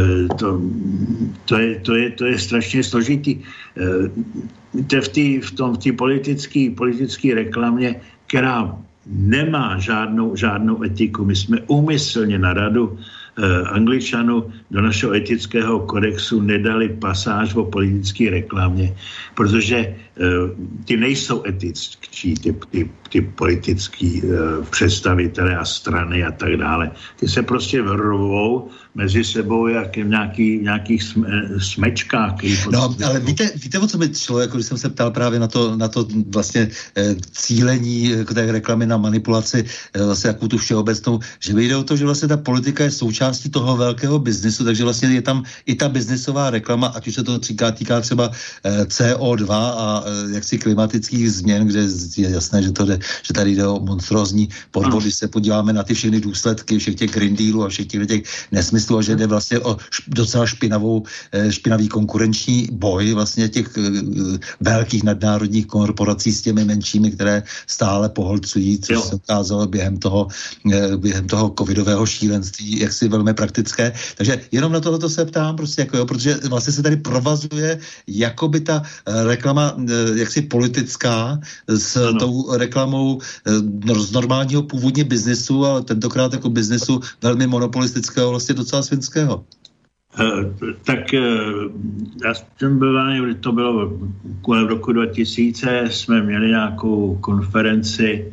to je strašně složitý. V té politické reklamě, která nemá žádnou etiku. My jsme úmyslně na radu Angličanů do našeho etického kodexu nedali pasáž o politické reklamě, protože ty nejsou etičtí, ty politický představitelé a strany a tak dále. Ty se prostě vrvou mezi sebou jak nějakých smečkách. No, ale víte, o co mi šlo, jako když jsem se ptal právě na to vlastně cílení té reklamy na manipulaci, vlastně jakou tu všeobecnou, že vyjde o to, že vlastně ta politika je součástí toho velkého biznisu, takže vlastně je tam i ta biznisová reklama, ať už se to týká třeba CO2 a jaksi klimatických změn, kde je jasné, že tady jde o monstrózní podvod, když se podíváme na ty všechny důsledky, všech těch Green Dealů a všech těch nesmyslů, a že jde vlastně o docela špinavý konkurenční boj vlastně těch velkých nadnárodních korporací s těmi menšími, které stále poholcují, což se ukázalo během toho covidového šílenství, jaksi velmi praktické. Takže jenom na tohleto se ptám, prostě jako jo, protože vlastně se tady provazuje jakoby ta reklama jaksi politická s tou reklamou z normálního původně biznesu, ale tentokrát jako biznesu velmi monopolistického, vlastně docela svinského. Tak já jsem byl, to bylo kolem roku 2000, jsme měli nějakou konferenci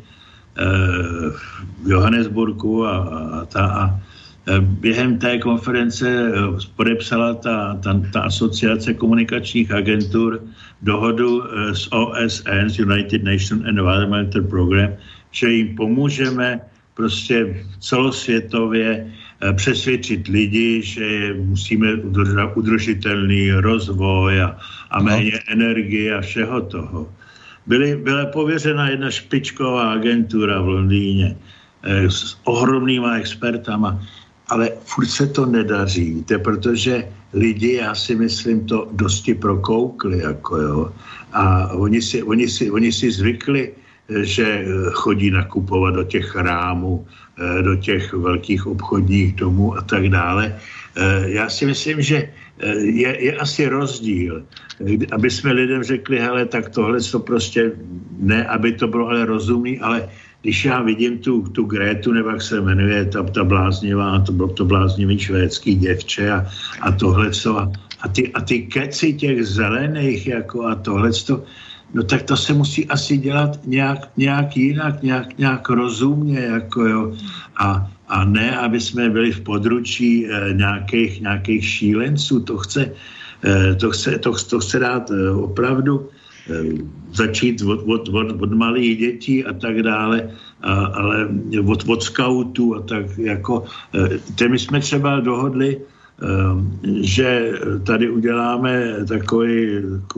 v Johannesburgu a během té konference podepsala ta asociace komunikačních agentur dohodu s OSN, s United Nations Environmental Program, že jim pomůžeme prostě celosvětově přesvědčit lidi, že musíme udržitelný rozvoj a méně energie a všeho toho. Byla pověřena jedna špičková agentura v Londýně s ohromnýma expertama, ale furt se to nedaří, víte, protože lidi, já si myslím, to dosti prokoukli, jako jo. A oni si zvykli, že chodí nakupovat do těch chrámů, do těch velkých obchodních domů a tak dále. Já si myslím, že je asi rozdíl, aby jsme lidem řekli, hele, tak tohle to prostě ne, aby to bylo ale rozumný, ale když já vidím tu Grétu, nebo jak se jmenuje, ta bláznivá, to bláznivý švédský děvče a tohleto a ty keci těch zelených jako a tohleto, no tak to se musí asi dělat nějak jinak, nějak rozumně, jako jo. A ne, aby jsme byli v područí nějakých šílenců. To chce dát opravdu začít od malých dětí a tak dále, ale od skautů a tak jako. My jsme třeba dohodli, že tady uděláme takový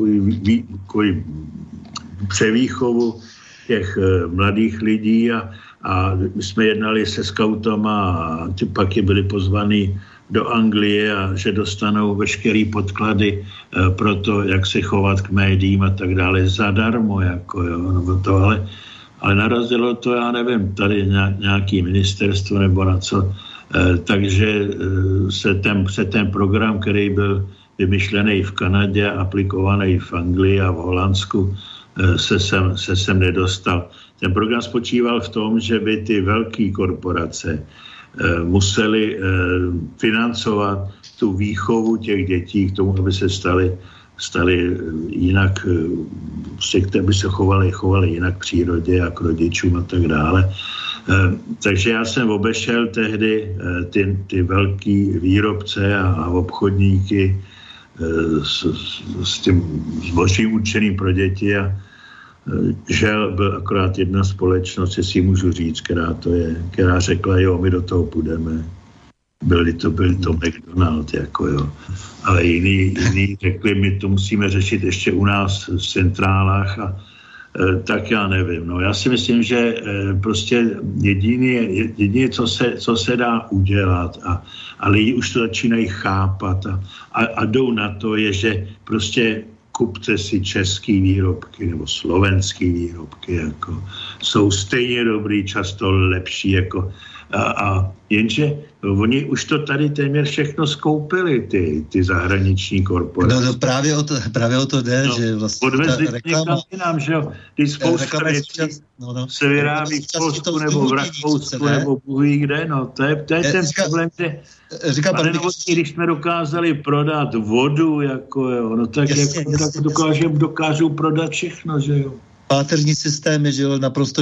převýchovu těch mladých lidí a my jsme jednali se skautama a ty pak je byli pozvaný do Anglie a že dostanou veškerý podklady pro to, jak se chovat k médiím a tak dále zadarmo, jako jo, nebo to, ale narazilo to, já nevím, tady nějaký ministerstvo nebo na co, takže se ten program, který byl vymyšlený v Kanadě, aplikovaný v Anglii a v Holandsku, se sem nedostal. Ten program spočíval v tom, že by ty velké korporace museli financovat tu výchovu těch dětí k tomu, aby se stali jinak, aby se chovali jinak k přírodě a k rodičům a tak dále. Takže já jsem obešel tehdy ty velký výrobce a obchodníky s tím zbožím určeným pro děti žel byl akorát jedna společnost, jestli můžu říct, která řekla, jo, my do toho půjdeme. Byli to McDonald, jako jo. Ale jiní řekli, my to musíme řešit ještě u nás v centrálách a tak já nevím. No, já si myslím, že prostě jediné, co se dá udělat a lidi už to začínají chápat a jdou na to, je, že prostě kupte si český výrobky nebo slovenský výrobky, jako jsou stejně dobrý, často lepší, jako a jenže oni už to tady téměř všechno skoupili, ty zahraniční korporace. No právě o to jde, no, že vlastně odvezli někam jinam, že jo. Ty spousta věcí se vyrábí v Polsku nebo v Rakousku nebo Bůh kde, no. To je ten problém, že když jsme dokázali prodat vodu, jako jo, no tak dokážou prodat všechno, že jo. Páteřní systémy, že jo, naprosto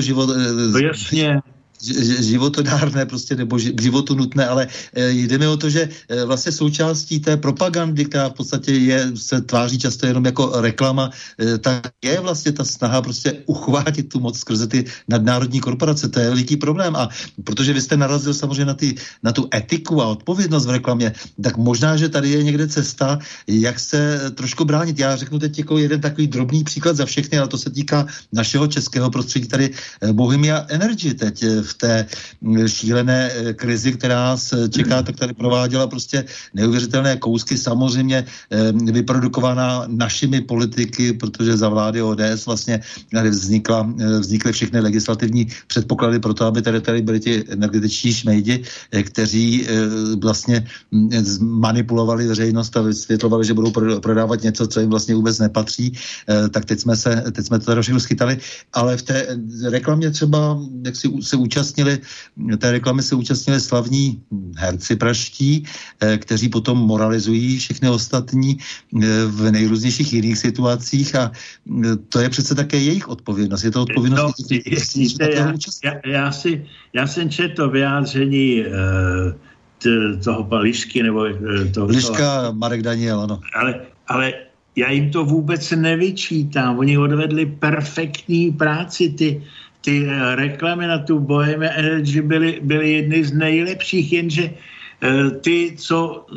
životodárné prostě, nebo k životu nutné, ale jde mi o to, že vlastně součástí té propagandy, která v podstatě se tváří často jenom jako reklama, tak je vlastně ta snaha prostě uchvátit tu moc skrze ty nadnárodní korporace. To je veliký problém a protože vy jste narazil samozřejmě na tu etiku a odpovědnost v reklamě, tak možná, že tady je někde cesta, jak se trošku bránit. Já řeknu teď jako jeden takový drobný příklad za všechny, ale to se týká našeho českého prostředí, tady Bohemia Energy teď v té šílené krizi, která se čeká, tak tady prováděla prostě neuvěřitelné kousky, samozřejmě vyprodukovaná našimi politiky, protože za vlády ODS vlastně vznikly všechny legislativní předpoklady pro to, aby tady byli ti energetiční šmejdi, kteří vlastně manipulovali veřejnost a vysvětlovali, že budou prodávat něco, co jim vlastně vůbec nepatří, tak teď jsme to tady všechno schytali, ale v té reklamě třeba, jak si se té reklamy se účastnili slavní herci pražští, kteří potom moralizují všechny ostatní v nejrůznějších jiných situacích a to je přece také jejich odpovědnost. Je to odpovědnost já jsem četl vyjádření toho Lišky nebo toho... Liška, Marek Daniel, ano. Ale já jim to vůbec nevyčítám. Oni odvedli perfektní práci, ty reklamy na tu Bohemia Energy byly jedny z nejlepších, jenže ty, co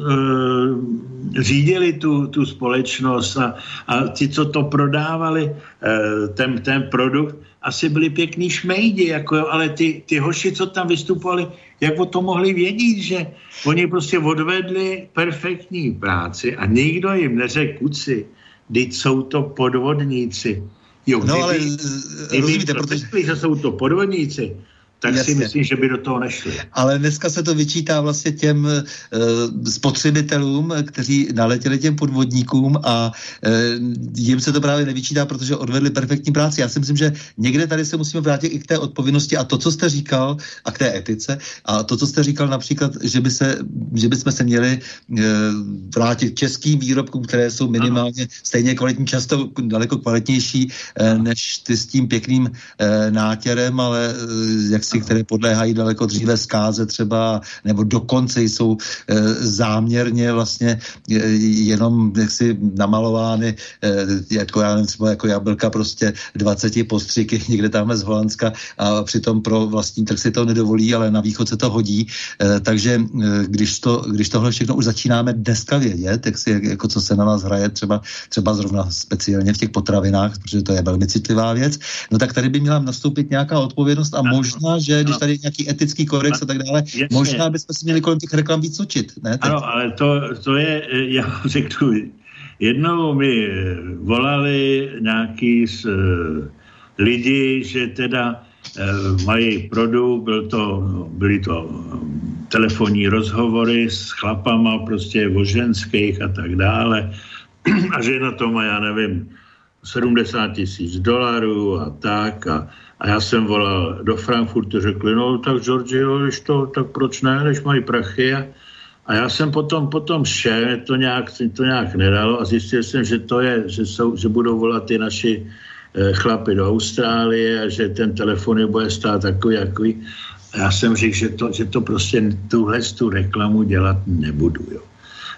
řídili tu společnost a ti, co to prodávali, ten produkt, asi byli pěkný šmejdi, jako jo, ale ty hoši, co tam vystupovali, jak o to mohli vědět, že oni prostě odvedli perfektní práci a nikdo jim neřekl, kuci, teď jsou to podvodníci. Jo, no ale rozumíte, protože že jsou to podvodníci, tak jasně. Si myslím, že by do toho nešli. Ale dneska se to vyčítá vlastně těm spotřebitelům, kteří naletěli těm podvodníkům a jim se to právě nevyčítá, protože odvedli perfektní práci. Já si myslím, že někde tady se musíme vrátit i k té odpovědnosti a to, co jste říkal, a k té etice, a to, co jste říkal například, že bychom se měli vrátit k českým výrobkům, které jsou minimálně stejně kvalitní, často daleko kvalitnější než ty s tím pěkným nátěrem, ale které podléhají daleko dříve zkáze třeba, nebo dokonce jsou záměrně vlastně jenom jaksi namalovány jako já nevím, třeba jako jablka prostě 20 postřiky někde tamhle z Holandska a přitom pro vlastní trh si to nedovolí, ale na východ se to hodí. Takže když tohle všechno už začínáme dneska vědět, jako co se na nás hraje třeba zrovna speciálně v těch potravinách, protože to je velmi citlivá věc, no tak tady by měla nastoupit nějaká odpovědnost a možná, že když tady je nějaký etický kodex a tak dále, jasně. Možná bychom si měli kolem těch reklam víc učit. Ne? Ano, ale to je, já řeknu, jednou mi volali nějaký lidi, že teda mají produkt, byly to telefonní rozhovory s chlapama, prostě o ženských a tak dále, a že na to má, já nevím, $70,000 a tak a já jsem volal do Frankfurtu, řekli, no tak Giorgio, tak proč ne, než mají prachy a já jsem potom šel, to nějak nedalo a zjistil jsem, že budou volat ty naši chlapi do Austrálie a že ten telefon bude stát takový. A já jsem řekl, že to prostě tu reklamu dělat nebudu, jo.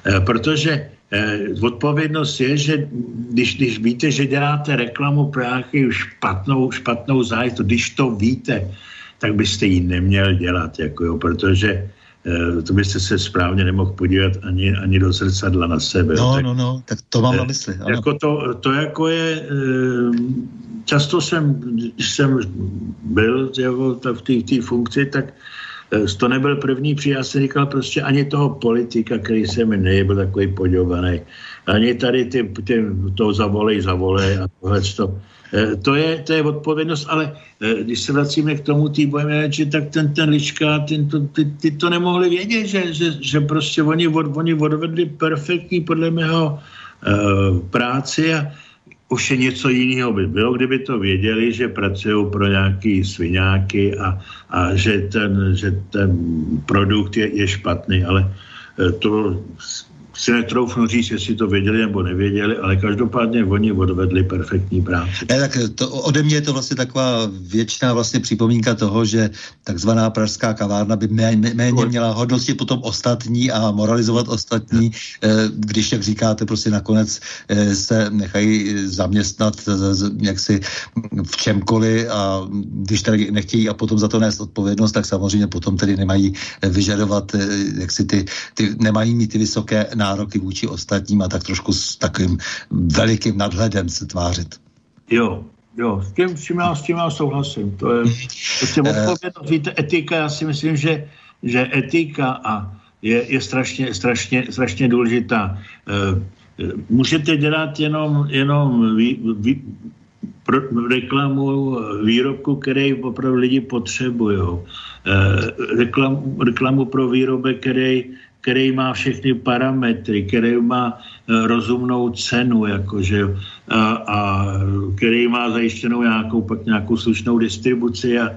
Protože odpovědnost je, že když víte, že děláte reklamu pro nějakou špatnou záležitost, když to víte, tak byste ji neměl dělat, protože to byste se správně nemohl podívat ani do zrcadla na sebe. Tak to mám na mysli. Ano. To je, často když jsem byl v té funkci, tak to nebyl první příklad. Já jsem říkal prostě ani toho politika, který se mi nebyl takový podělvaný. Ani tady to zavolej a tohleto. To je odpovědnost, ale když se vracíme k tomu týbojeméči, tak ten Lička, ty to nemohli vědět, že prostě oni odvedli perfektní podle mého práci a už je něco jiného by bylo, kdyby to věděli, že pracují pro nějaký sviňáky a že ten produkt je špatný, ale to si netroufnu říct, jestli to věděli nebo nevěděli, ale každopádně oni odvedli perfektní práci. Tak ode mě je to vlastně taková věčná vlastně připomínka toho, že takzvaná pražská kavárna by méně měla hodnotit potom ostatní a moralizovat ostatní, když, jak říkáte, prostě nakonec se nechají zaměstnat jaksi v čemkoliv a když tady nechtějí a potom za to nést odpovědnost, tak samozřejmě potom tedy nemají vyžadovat, jaksi nemají mít ty vysoké nároky vůči ostatním a tak trošku s takovým velikým nadhledem se tvářit. Jo, s tím já souhlasím. To je prostě odpovědnost. Víte, etika, já si myslím, že etika je strašně důležitá. Můžete dělat jenom reklamu výrobku, který opravdu lidi potřebují. Reklamu pro výrobek, který má všechny parametry, který má rozumnou cenu, a který má zajištěnou nějakou slušnou distribuci a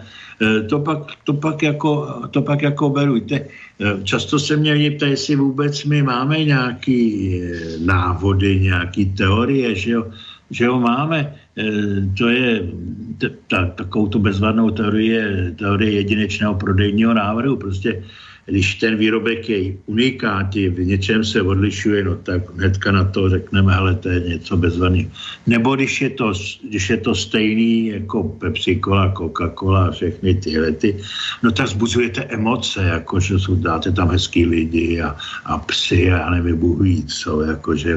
to pak jako berujte. Často se mě ptají, jestli vůbec my máme nějaký návody, nějaký teorie, že jo máme. To je takovou tu bezvadnou teorie jedinečného prodejního návrhu. Prostě když ten výrobek je unikátní, v něčem se odlišuje, no tak hnedka na to řekneme, hele, to je něco bezvadného. Nebo když je to stejný jako Pepsi Cola, Coca-Cola a všechny tyhle, no tak vzbuzujete emoce, jakože dáte tam hezký lidi a psy a nevím, Bůh ví co, jakože.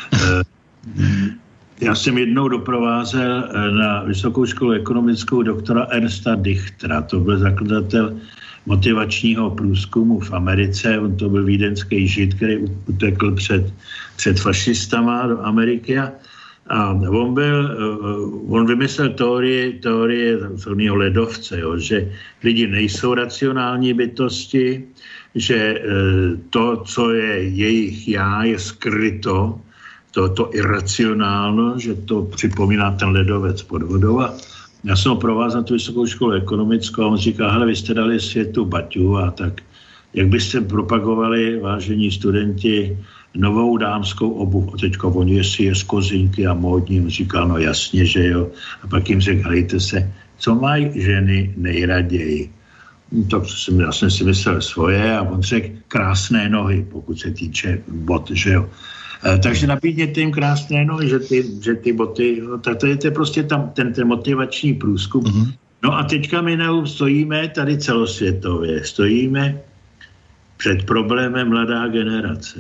Já jsem jednou doprovázel na Vysokou školu ekonomickou doktora Ernsta Dichtera, to byl zakladatel motivačního průzkumu v Americe. On to byl vídeňský žid, který utekl před fašistama do Ameriky a on vymyslel teorie takzvaného ledovce, že lidi nejsou racionální bytosti, že to, co je jejich já, je skryto, to iracionálno, že to připomíná ten ledovec pod vodou. A já jsem ho provázal na tu Vysokou školu ekonomickou a on říká, hele, vy jste dali světu baťu a tak jak byste propagovali, vážení studenti, novou dámskou obuv. A teďka oni, jestli je z kozinky a módní, on říká, no jasně, že jo. A pak jim řekl, hejte se, co mají ženy nejraději? No, tak já jsem si myslel svoje a on řekl, krásné nohy, pokud se týče bot, že jo. Takže nabídněte jim krásné nohy, že ty boty, tak to je prostě tam ten motivační průzkum. Mm-hmm. No a teďka my stojíme tady celosvětově, stojíme před problémem mladá generace.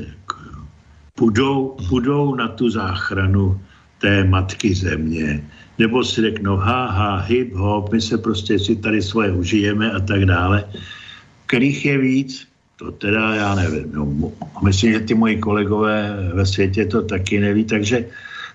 Půjdou na tu záchranu té matky země, nebo si řeknou, hip hop, my se prostě si tady svoje užijeme a tak dále. Kterých je víc? To teda já nevím. No, myslím, že ty moji kolegové ve světě to taky neví, takže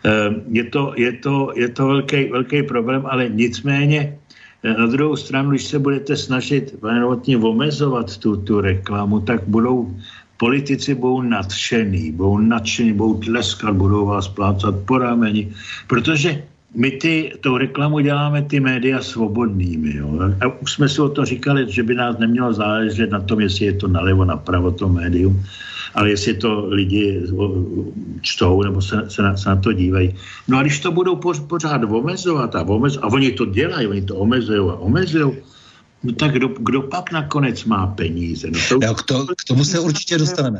je to velký problém, ale nicméně na druhou stranu, když se budete snažit omezovat tu reklamu, tak politici budou nadšený, budou tleskat, budou vás plácat po rameni, protože my tou reklamu děláme ty média svobodnými. Jo? A už jsme si o to říkali, že by nás nemělo záležet na tom, jestli je to nalevo, napravo to médium, ale jestli to lidi čtou nebo se na to dívají. No a když to budou pořád omezovat a oni to dělají, oni to omezují, no tak kdo pak nakonec má peníze? No k tomu se určitě dostaneme.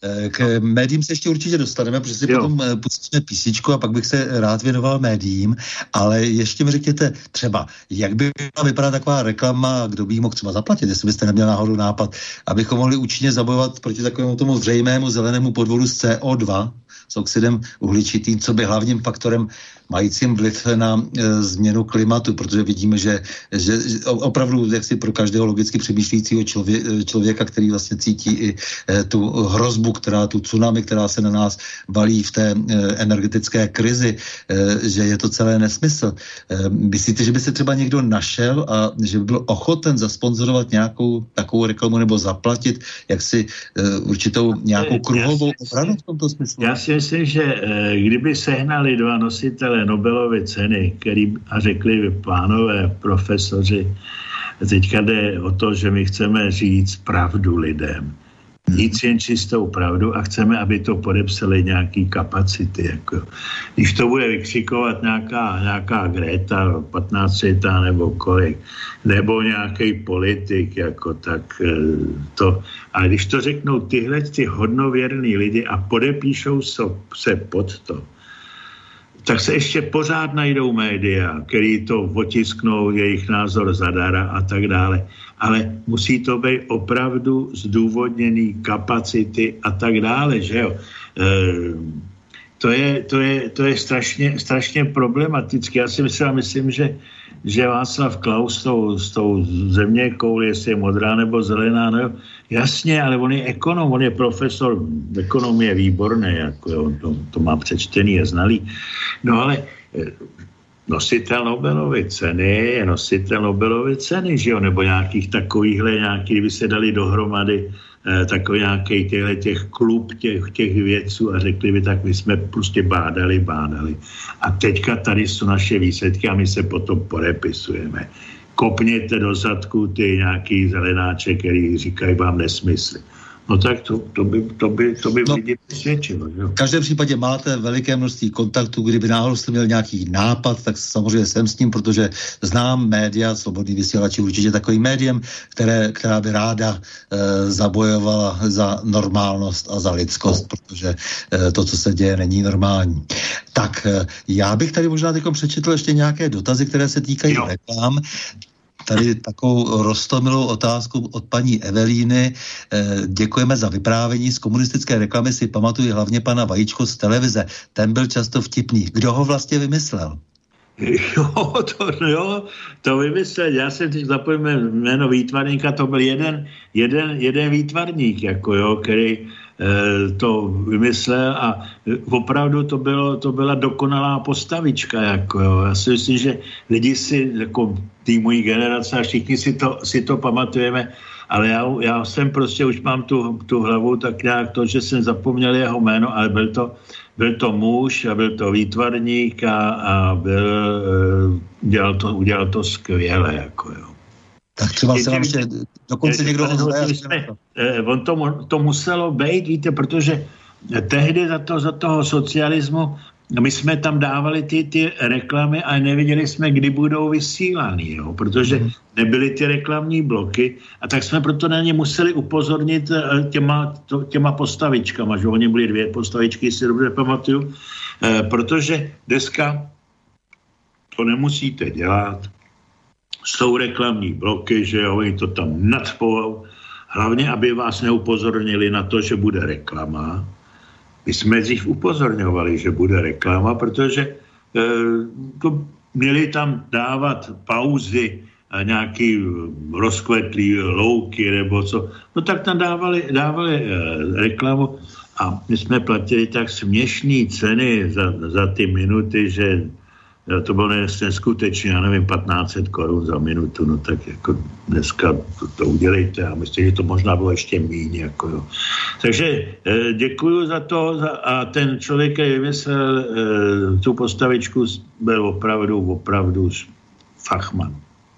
K médiím se ještě určitě dostaneme, protože si potom pustíme písničku a pak bych se rád věnoval médiím, ale ještě mi řekněte třeba, jak by měla vypadat taková reklama, kdo by jí mohl třeba zaplatit, jestli byste neměl náhodou nápad, abychom mohli účinně zabojovat proti takovému tomu zřejmému zelenému podvodu s CO2, s oxidem uhličitým, co by hlavním faktorem majícím vliv na změnu klimatu, protože vidíme, že opravdu jaksi pro každého logicky přemýšlejícího člověka, který vlastně cítí i tu hrozbu, tu tsunami, která se na nás valí v té energetické krizi, že je to celé nesmysl. Myslíte, že by se třeba někdo našel a že by byl ochoten zasponzorovat nějakou takovou reklamu nebo zaplatit jaksi určitou nějakou kruhovou obranu v tomto smyslu? Já si myslím, že kdyby sehnali dva nositele Nobelovy ceny, a řekli pánové profesoři, teďka jde o to, že my chceme říct pravdu lidem. Nic jen čistou pravdu a chceme, aby to podepsali nějaký kapacity. Jako. Když to bude vykřikovat nějaká Greta, 15 nebo kolik, nebo nějaký politik, jako, tak to. A když to řeknou tyhle hodnověrný lidi a podepíšou se pod to, tak se ještě pořád najdou média, který to otisknou, jejich názor zadara a tak dále. Ale musí to být opravdu zdůvodněný kapacity a tak dále, že jo. To je strašně problematické. Já si myslím, že Václav Klaus s tou zeměkouli, jestli je modrá nebo zelená, no jasně, ale on je ekonom, on je profesor ekonomie výborný, jako jo, to má přečtený, je znalý. No ale nositel Nobelovy ceny, že jo, nebo nějakých takovýchhle, kdyby se dali dohromady takový nějaký těch klub těch vědců a řekli by, tak my jsme prostě bádali. A teďka tady jsou naše výsledky a my se potom podepisujeme. Kopněte do zadku ty nějaký zelenáče, který říkají vám nesmysly. No tak to by lidi přesvědčilo. Jo? V každém případě máte veliké množství kontaktů, kdyby náhodou jste měl nějaký nápad, tak samozřejmě jsem s ním, protože znám média, Slobodný vysílač určitě takovým médiem, která by ráda zabojovala za normálnost a za lidskost, protože to, co se děje, není normální. Tak já bych tady možná teď přečetl ještě nějaké dotazy, které se týkají reklam. Tady takovou roztomilou otázku od paní Evelíny. Děkujeme za vyprávění. Z komunistické reklamy si pamatuju hlavně pana Vajíčko z televize. Ten byl často vtipný. Kdo ho vlastně vymyslel? To vymyslel. Já jsem teď zapomněl jméno výtvarníka, to byl jeden výtvarník, jako jo, který to vymyslel a opravdu to byla dokonalá postavička, jako jo. Já si myslím, že lidi si, jako tý mojí generace a všichni si to pamatujeme, ale já jsem prostě, už mám tu hlavu tak nějak to, že jsem zapomněl jeho jméno, ale byl to muž a byl to výtvarník a udělal to skvěle, jako jo. Tak třeba se vám ještě dokonce někdo on to muselo být, víte, protože tehdy za toho socialismu my jsme tam dávali ty reklamy a nevěděli jsme, kdy budou vysílaný, jo, protože nebyly ty reklamní bloky a tak jsme proto na ně museli upozornit těma postavičkama, že oni byly 2 postavičky, si dobře pamatuju, protože dneska to nemusíte dělat. Jsou reklamní bloky, že jo, oni to tam nadspou, hlavně, aby vás neupozornili na to, že bude reklama. My jsme dřív upozorňovali, že bude reklama, protože měli tam dávat pauzy a nějaký rozkvetlý louky nebo co. No tak tam dávali reklamu a my jsme platili tak směšné ceny za ty minuty, že to bylo neskutečně, já nevím, 1500 korun za minutu, no tak jako dneska to udělejte a myslím, že to možná bylo ještě míň, jako jo. Takže děkuju za to a ten člověk, který vymyslel tu postavičku, byl opravdu fachman.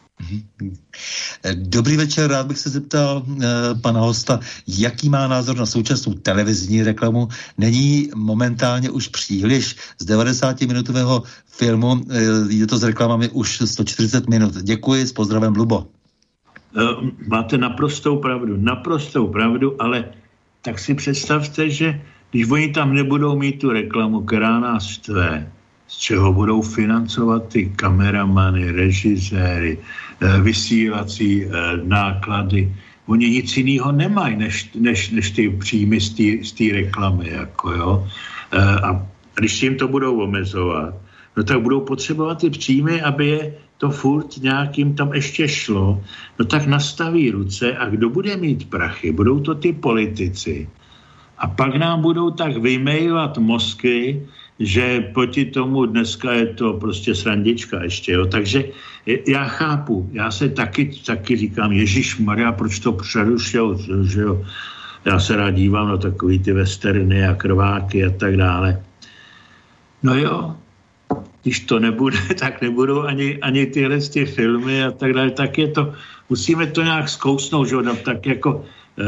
Dobrý večer, rád bych se zeptal pana hosta, jaký má názor na současnou televizní reklamu. Není momentálně už příliš z 90-minutového filmu, je to s reklamami už 140 minut. Děkuji, s pozdravem Lubo. Máte naprostou pravdu, ale tak si představte, že když oni tam nebudou mít tu reklamu, která nás štve, z čeho budou financovat ty kameramany, režiséry, vysílací náklady. Oni nic jiného nemají, než ty příjmy z té reklamy. Jako, jo. A když jim to budou omezovat, no tak budou potřebovat ty příjmy, aby je to furt nějakým tam ještě šlo. No tak nastaví ruce a kdo bude mít prachy? Budou to ty politici. A pak nám budou tak vymejvat mozky, že proti tomu dneska je to prostě srandička ještě, jo. Takže já chápu, já se taky říkám, ježišmarja, proč to přerušil, že jo. Já se rád dívám na takový ty westerny a krváky a tak dále. No jo, když to nebude, tak nebudou ani tyhle ty filmy a tak dále, tak je to, musíme to nějak zkousnout, že jo, tak jako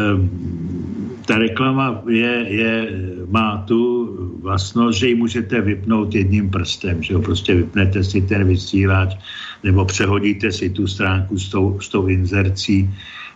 ta reklama má tu vlastnost, že ji můžete vypnout jedním prstem, že jo, prostě vypnete si ten vysílač nebo přehodíte si tu stránku s tou inzercí,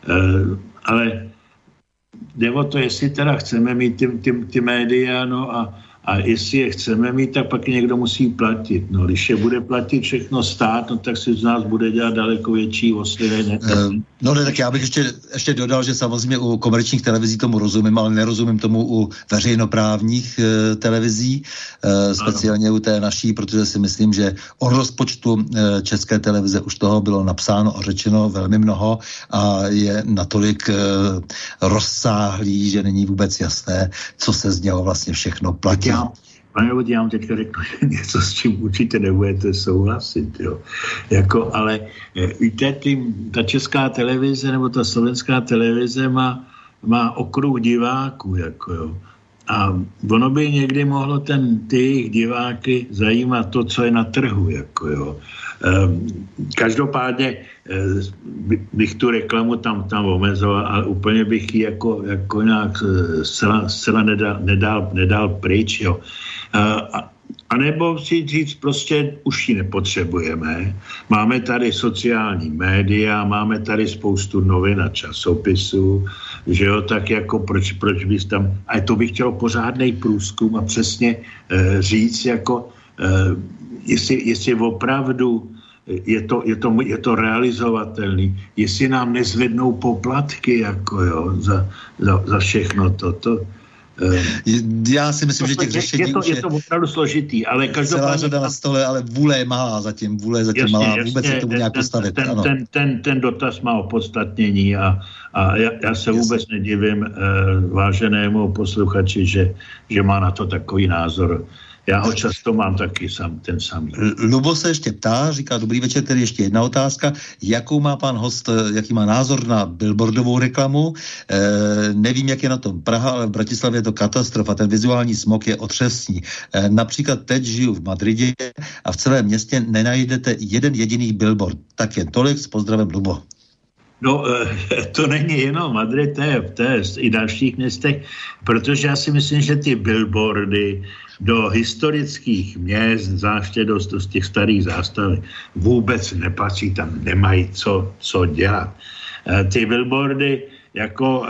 ale jde o to, jestli teda chceme mít ty média, no a jestli je chceme mít, tak pak někdo musí platit. No, když je bude platit všechno stát, no, tak si z nás bude dělat daleko větší oslivy. No ne, tak já bych ještě dodal, že samozřejmě u komerčních televizí tomu rozumím, ale nerozumím tomu u veřejnoprávních televizí, speciálně u té naší, protože si myslím, že o rozpočtu České televize už toho bylo napsáno a řečeno velmi mnoho a je natolik rozsáhlý, že není vůbec jasné, co se z něho vlastně všechno platí. Pane Vodě, já vám teďka řeknu něco, s čím určitě nebudete souhlasit, jo. Jako, ale víte, ta česká televize nebo ta slovenská televize má okruh diváků, jako jo. A ono by někdy mohlo ty jejich diváky zajímat to, co je na trhu, jako jo. Každopádně bych tu reklamu tam omezoval, ale úplně bych ji jako nějak zcela nedal pryč, jo. A nebo si říct, prostě už ji nepotřebujeme. Máme tady sociální média, máme tady spoustu novin a časopisů, že jo, tak jako proč bys tam... A to bych chtěl pořádnej průzkum a přesně říct, jako jestli opravdu je to realizovatelný, jestli nám nezvednou poplatky, jako jo, za všechno toto. Já si myslím, že těch řešení je to opravdu složitý, ale každopádně... Celá řada na stole, ale vůle je malá zatím, malá, vůbec se tomu nějak postavit. Ten dotaz má opodstatnění a já se vůbec nedivím váženému posluchači, že má na to takový názor. Já ho často mám taky ten samý. Lubo se ještě ptá, říká, dobrý večer, tedy ještě jedna otázka. Jaký má názor na billboardovou reklamu? Nevím, jak je na tom Praha, ale v Bratislavě je to katastrofa. Ten vizuální smog je otřesný. Například teď žiju v Madridě a v celém městě nenajdete jeden jediný billboard. Tak jen tolik, s pozdravem, Lubo. No, to není jenom Madrid, to je i dalších městech, protože já si myslím, že ty billboardy do historických měst, zvláště do těch starých zástavek, vůbec nepatří, tam nemají co dělat. Ty billboardy, jako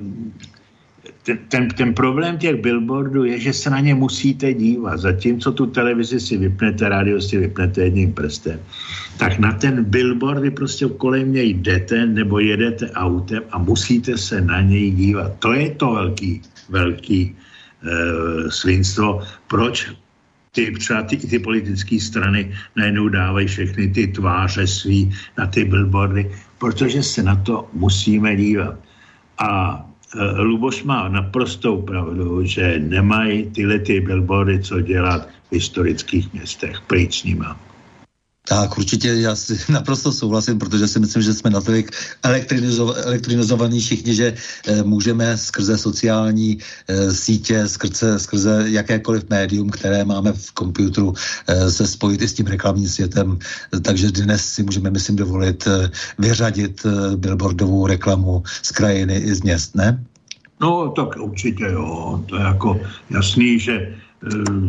ten problém těch billboardů je, že se na ně musíte dívat. Zatímco tu televizi si vypnete, rádio si vypnete jedním prstem, tak na ten billboard vy prostě kolem něj jdete nebo jedete autem a musíte se na něj dívat. To je to velký svinstvo. Proč třeba ty politické strany najednou dávají všechny ty tváře svý na ty billboardy? Protože se na to musíme dívat. A Luboš má naprostou pravdu, že nemají tyhle ty billboardy co dělat v historických městech. Pryč s nima. Tak určitě já si naprosto souhlasím, protože si myslím, že jsme natolik elektronizovaní všichni, že můžeme skrze sociální sítě, skrze jakékoliv médium, které máme v počítači, se spojit i s tím reklamním světem. Takže dnes si můžeme, myslím, dovolit vyřadit billboardovou reklamu z krajiny i z měst, ne? No, tak určitě jo. To je jako jasný, že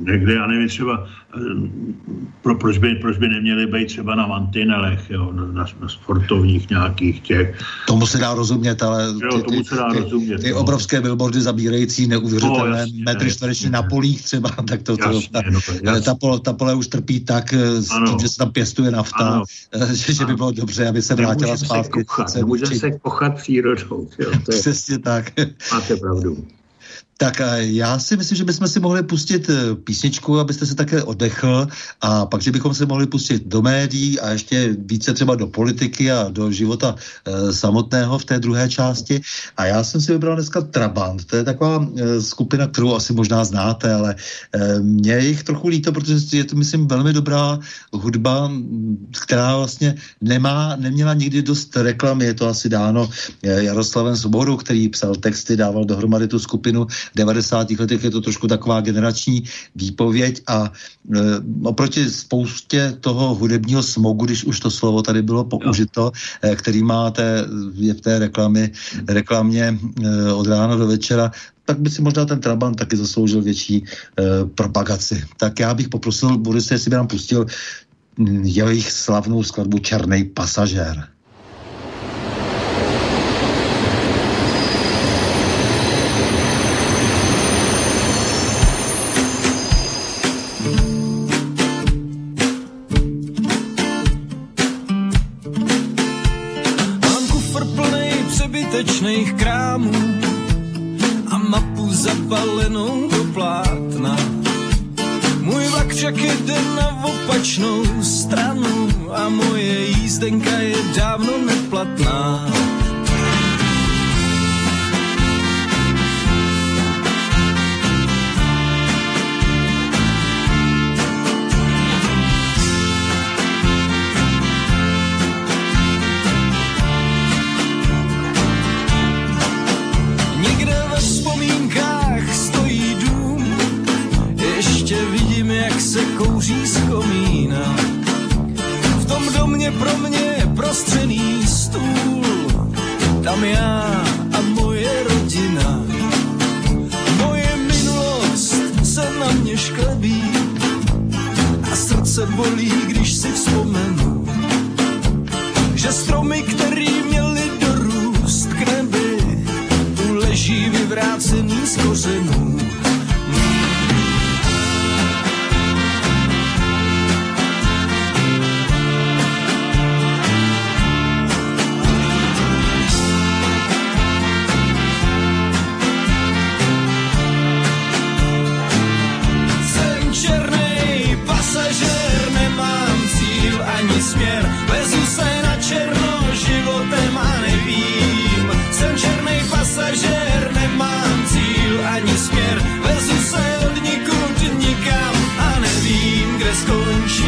někde, já nevím, třeba proč by neměli být třeba na mantinelech, jo, na sportovních nějakých těch. Tomu se dá rozumět, ale ty obrovské billboardy zabírající neuvěřitelné metry čtvereční na polích třeba, tak ta pole už trpí tak s tím, že se tam pěstuje nafta, že by bylo dobře, aby se vrátila zpátky. Nemůžeme se kochat přírodou. Jo, přesně tak. Máte pravdu. Tak já si myslím, že bychom si mohli pustit písničku, abyste se také oddechl, a pak, že bychom se mohli pustit do médií a ještě více třeba do politiky a do života samotného v té druhé části. A já jsem si vybral dneska Trabant. To je taková skupina, kterou asi možná znáte, ale mě je jich trochu líto, protože je to, myslím, velmi dobrá hudba, která vlastně neměla nikdy dost reklamy. Je to asi dáno Jaroslavem Svobodou, který psal texty, dával dohromady tu skupinu. V 90. letech je to trošku taková generační výpověď a oproti spoustě toho hudebního smogu, když už to slovo tady bylo použito, který je v té reklamě od rána do večera, tak by si možná ten Trabant taky zasloužil větší propagaci. Tak já bych poprosil Borise, jestli by nám pustil jejich slavnou skladbu Černej pasažér. Krámů a mapu zabalenou do plátna. Můj vlak však jde na opačnou stranu a moje jízdenka je dávno neplatná. Se kouří z komína. V tom domě pro mě prostřený stůl, tam já a moje rodina. Moje minulost se na mě šklebí a srdce bolí, když si vzpomenu, že stromy, který měly dorůst k nebi, tu leží vyvrácený z kořenů. Směr, vezu se na černo životem a nevím. Jsem černej pasažér, nemám cíl ani směr. Vezu se od nikud nikam a nevím, kde skončím.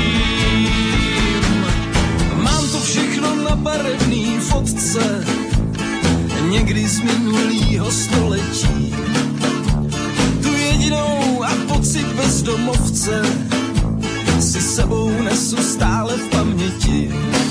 Mám to všechno na barevný fotce, někdy z minulýho století. Tu jedinou a pocit bezdomovce si sebou nesu stále v paměti.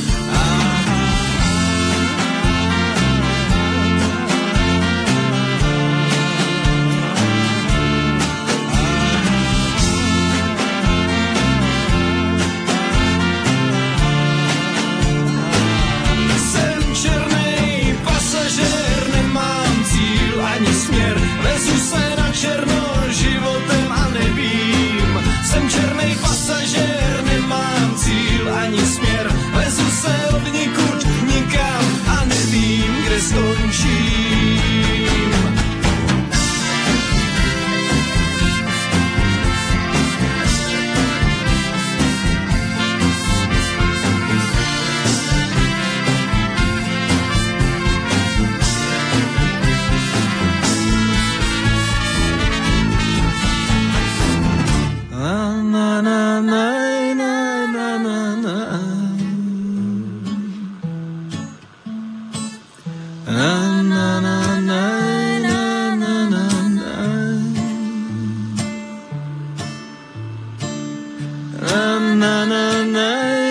Jsem černej pasažér, nemám cíl ani směr, vezu se na černo životem a nevím. Jsem černej pasažér, nemám cíl ani směr, vezu se od nikud nikam a nevím, kde skončím.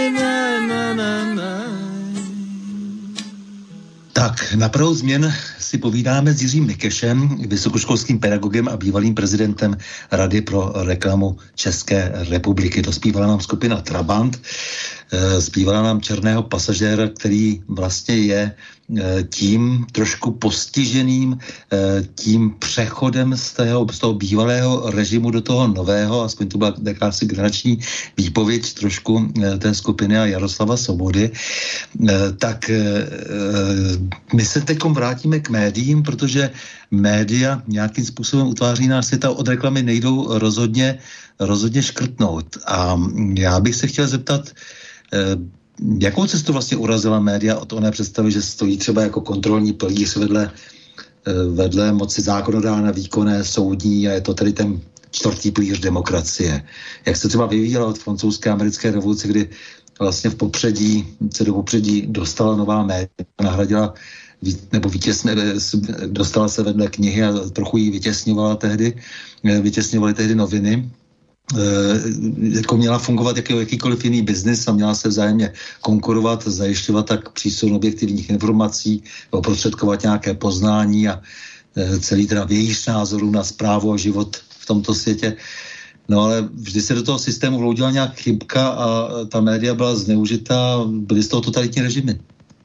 Na prvou změn si si povídáme s Jiřím Mikešem, vysokoškolským pedagogem a bývalým prezidentem Rady pro reklamu České republiky. Dospívala nám skupina Trabant, zpívala nám Černého pasažéra, který vlastně je tím trošku postiženým tím přechodem z toho bývalého režimu do toho nového, aspoň to byla jakási generační výpověď trošku té skupiny a Jaroslava Svobody. Tak my se teď vrátíme k médiím, protože média nějakým způsobem utváří náš svět a od reklamy nejdou rozhodně škrtnout. A já bych se chtěl zeptat, jakou cestu vlastně urazila média od oné představy, že stojí třeba jako kontrolní pilíř vedle moci zákonodárné, výkonné, soudní a je to tedy ten čtvrtý pilíř demokracie. Jak se třeba vyvíjela od francouzské a americké revoluce, kdy vlastně do popředí dostala nová média, nahradila nebo dostala se vedle knihy a trochu ji vytěsňovaly tehdy noviny. Jako měla fungovat jakýkoliv jiný biznis a měla se vzájemně konkurovat, zajišťovat tak přísun objektivních informací, prostředkovat nějaké poznání a celý teda vějíř názorů na správu a život v tomto světě. No ale vždy se do toho systému vloudila nějak chybka a ta média byla zneužitá, byly z toho totalitní režimy.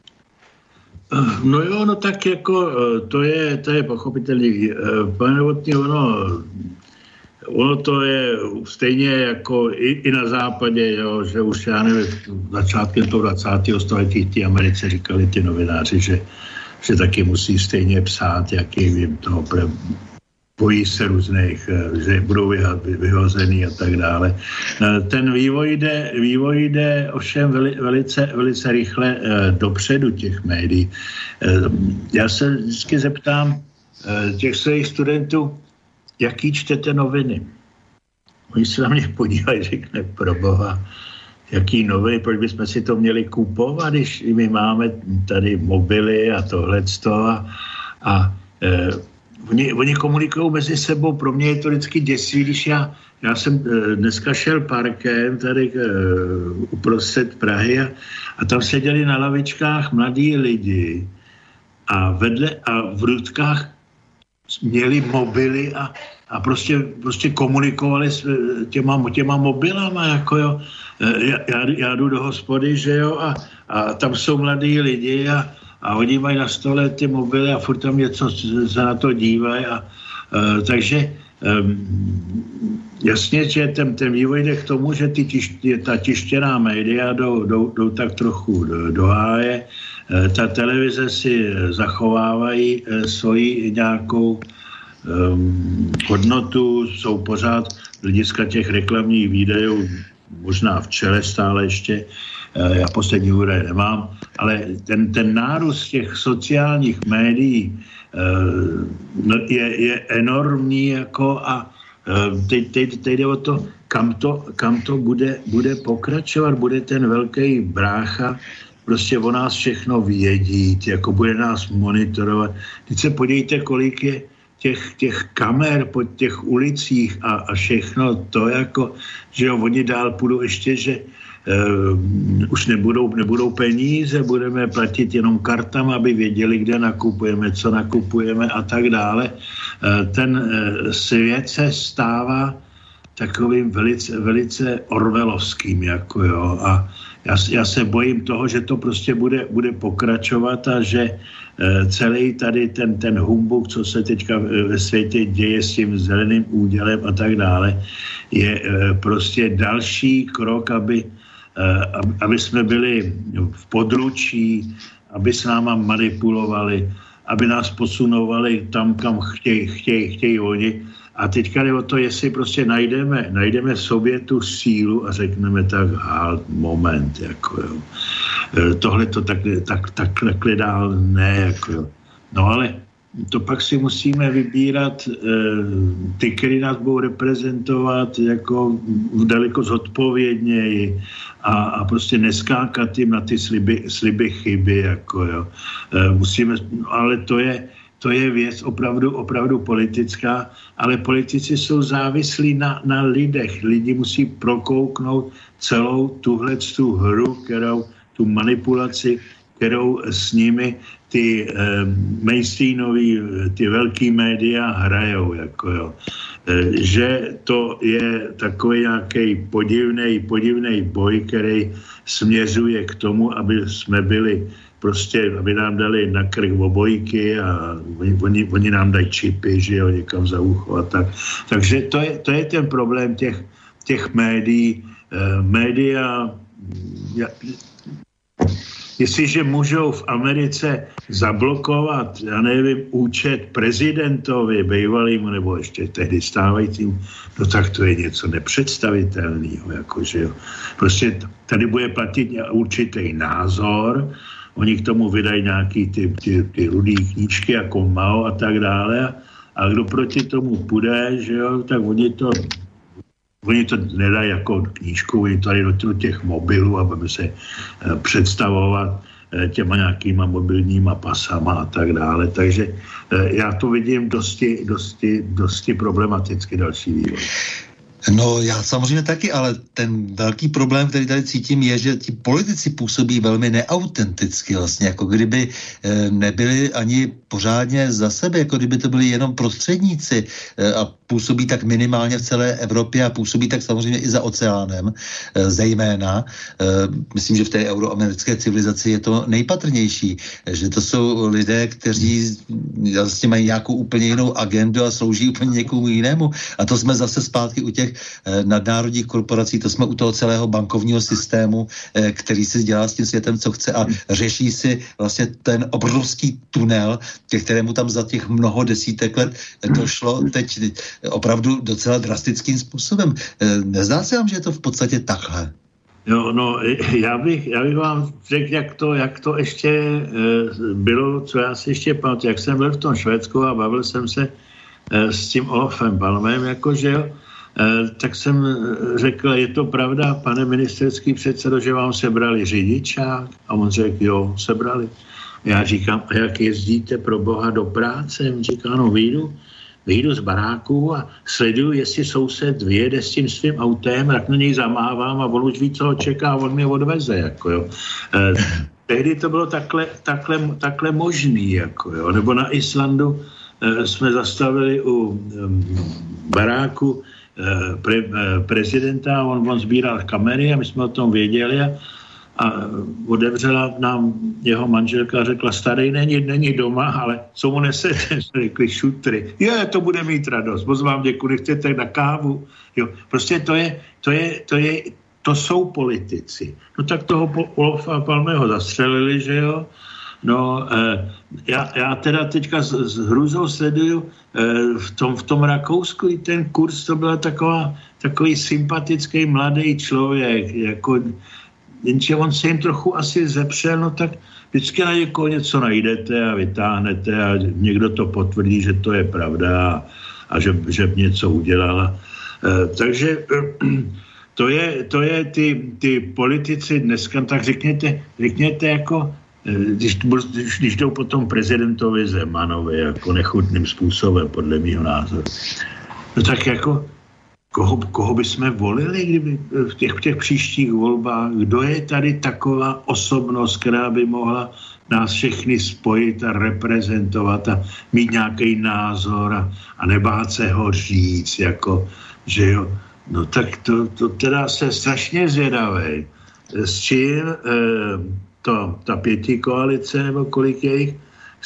No jo, no tak jako to je pochopitelný. Pane Novotný, ono to je stejně jako i na západě, jo, že už já nevím, začátkem toho 20. století v té Americe říkali ty novináři, že taky musí stejně psát, jaký jim toho bojí se různých, že budou vyhozený a tak dále. Ten vývoj jde ovšem velice rychle dopředu těch médií. Já se vždycky zeptám těch svých studentů, jaký čtete noviny? Oni se na mě podívají, řekne, proboha, jaký noviny, proč bychom si to měli kupovat, když my máme tady mobily a tohleto a oni komunikují mezi sebou. Pro mě je to vždycky děsivý, když já jsem dneska šel parkem tady uprostřed Prahy a tam seděli na lavičkách mladí lidi a v rudkách měli mobily a prostě komunikovali s těma mobilama, jako jo. Já jdu do hospody, že jo, a tam jsou mladí lidi a oni mají na stole ty mobily a furt tam něco se na to dívají takže jasně, že ten vývoj jde k tomu, že ta tištěná média jdou tak trochu do háje. Ta televize si zachovávají svoji nějakou hodnotu, jsou pořád hlediska těch reklamních výdajů možná v čele stále ještě, já poslední údaje nemám, ale ten nárůst těch sociálních médií je enormní jako a teď jde o to, kam to bude pokračovat, bude ten velký brácha prostě o nás všechno vědí, jako bude nás monitorovat. Teď se podívejte, kolik je těch kamer po těch ulicích a všechno to jako, že jo, oni dál půjdou ještě, že už nebudou peníze, budeme platit jenom kartama, aby věděli, kde nakupujeme, co nakupujeme a tak dále. Ten svět se stává takovým velice orwellovským, jako jo, a já se bojím toho, že to prostě bude pokračovat a že celý tady ten humbuk, co se teďka ve světě děje s tím zeleným údělem a tak dále, je prostě další krok, aby jsme byli v područí, aby s náma manipulovali, aby nás posunovali tam, kam chtějí oni. A teďka jde o to, jestli prostě najdeme v sobě tu sílu a řekneme tak, moment, jako jo. Tohle to takhle dál ne, jako jo. No ale to pak si musíme vybírat ty, který nás budou reprezentovat jako daleko zodpovědněji a prostě neskákat jim na ty sliby chyby, jako jo. Musíme, ale to je věc opravdu politická, ale politici jsou závislí na lidech. Lidi musí prokouknout celou tu hru, tu manipulaci, kterou s nimi ty mainstreamový, ty velký média hrajou, jako jo. Že to je takový nějaký podivnej boj, který směřuje k tomu, aby jsme byli prostě, aby nám dali na krk obojky a oni nám dají čipy, že jo, někam za ucho a tak. Takže to je ten problém těch médií. Média, jestliže můžou v Americe zablokovat, já nevím, účet prezidentovi, bývalýmu, nebo ještě tehdy stávajícím, no tak to je něco nepředstavitelného, jakože jo. Prostě tady bude platit určitý názor, oni k tomu vydají nějaký ty rudý knížky jako Mao a tak dále, a kdo proti tomu půjde, že jo, tak oni to nedají jako knížku, oni to dají do těch mobilů, aby se představovat těma nějakýma mobilníma pasama a tak dále. Takže já to vidím dosti problematicky další vývoj. No já samozřejmě taky, ale ten velký problém, který tady cítím, je, že ti politici působí velmi neautenticky vlastně, jako kdyby nebyli ani pořádně za sebe, jako kdyby to byli jenom prostředníci a působí tak minimálně v celé Evropě a působí tak samozřejmě i za oceánem, zejména. Myslím, že v té euroamerické civilizaci je to nejpatrnější, že to jsou lidé, kteří vlastně mají nějakou úplně jinou agendu a slouží úplně někomu jinému. A to jsme zase zpátky u těch nadnárodních korporací, to jsme u toho celého bankovního systému, který si dělá s tím světem, co chce a řeší si vlastně ten obrovský tunel, ke kterému tam za těch mnoho desítek let došlo teď opravdu docela drastickým způsobem. Nezdá se vám, že je to v podstatě takhle? Jo, no, já bych vám řekl, jak to ještě bylo, co já si ještě pamatuju, jak jsem byl v tom Švédsku a bavil jsem se s tím Olofem Palmem, jakože jo, tak jsem řekl, je to pravda, pane ministerský předsedo, že vám sebrali řidičák? A on řekl, jo, sebrali. Já říkám, a jak jezdíte pro boha do práce? On říká, no vyjdu z baráku a sleduju, jestli soused vyjede s tím svým autem, tak na něj zamávám a on už ví, co ho čeká a on mě odveze, jako jo. Tehdy to bylo takhle možný, jako jo. Nebo na Islandu jsme zastavili u baráku prezidenta, on sbíral kamery a my jsme o tom věděli a otevřela nám jeho manželka a řekla, starý není doma, ale co mu nesete? Řekli šutry. To bude mít radost. Moc vám děkuji, nechcete na kávu? Jo, prostě to jsou politici. No tak toho Olofa Palmeho zastřelili, že jo? No, já teda teďka s hrůzou sleduju v tom Rakousku, ten kurz, to byl takový sympatický mladý člověk, jako, jenže on se jim trochu asi zepřel, no tak vždycky na někoho něco najdete a vytáhnete a někdo to potvrdí, že to je pravda a že něco udělala. Takže to je ty politici dneska, tak řekněte jako když jdou potom prezidentovi Zemanovi jako nechutným způsobem, podle mýho názoru. No tak jako koho bychom volili, kdyby v těch příštích volbách? Kdo je tady taková osobnost, která by mohla nás všechny spojit a reprezentovat a mít nějaký názor a nebát se ho říct, jako, že jo. No tak to teda se strašně zvědavej. S čím ta pětikoalice, nebo kolik je jich,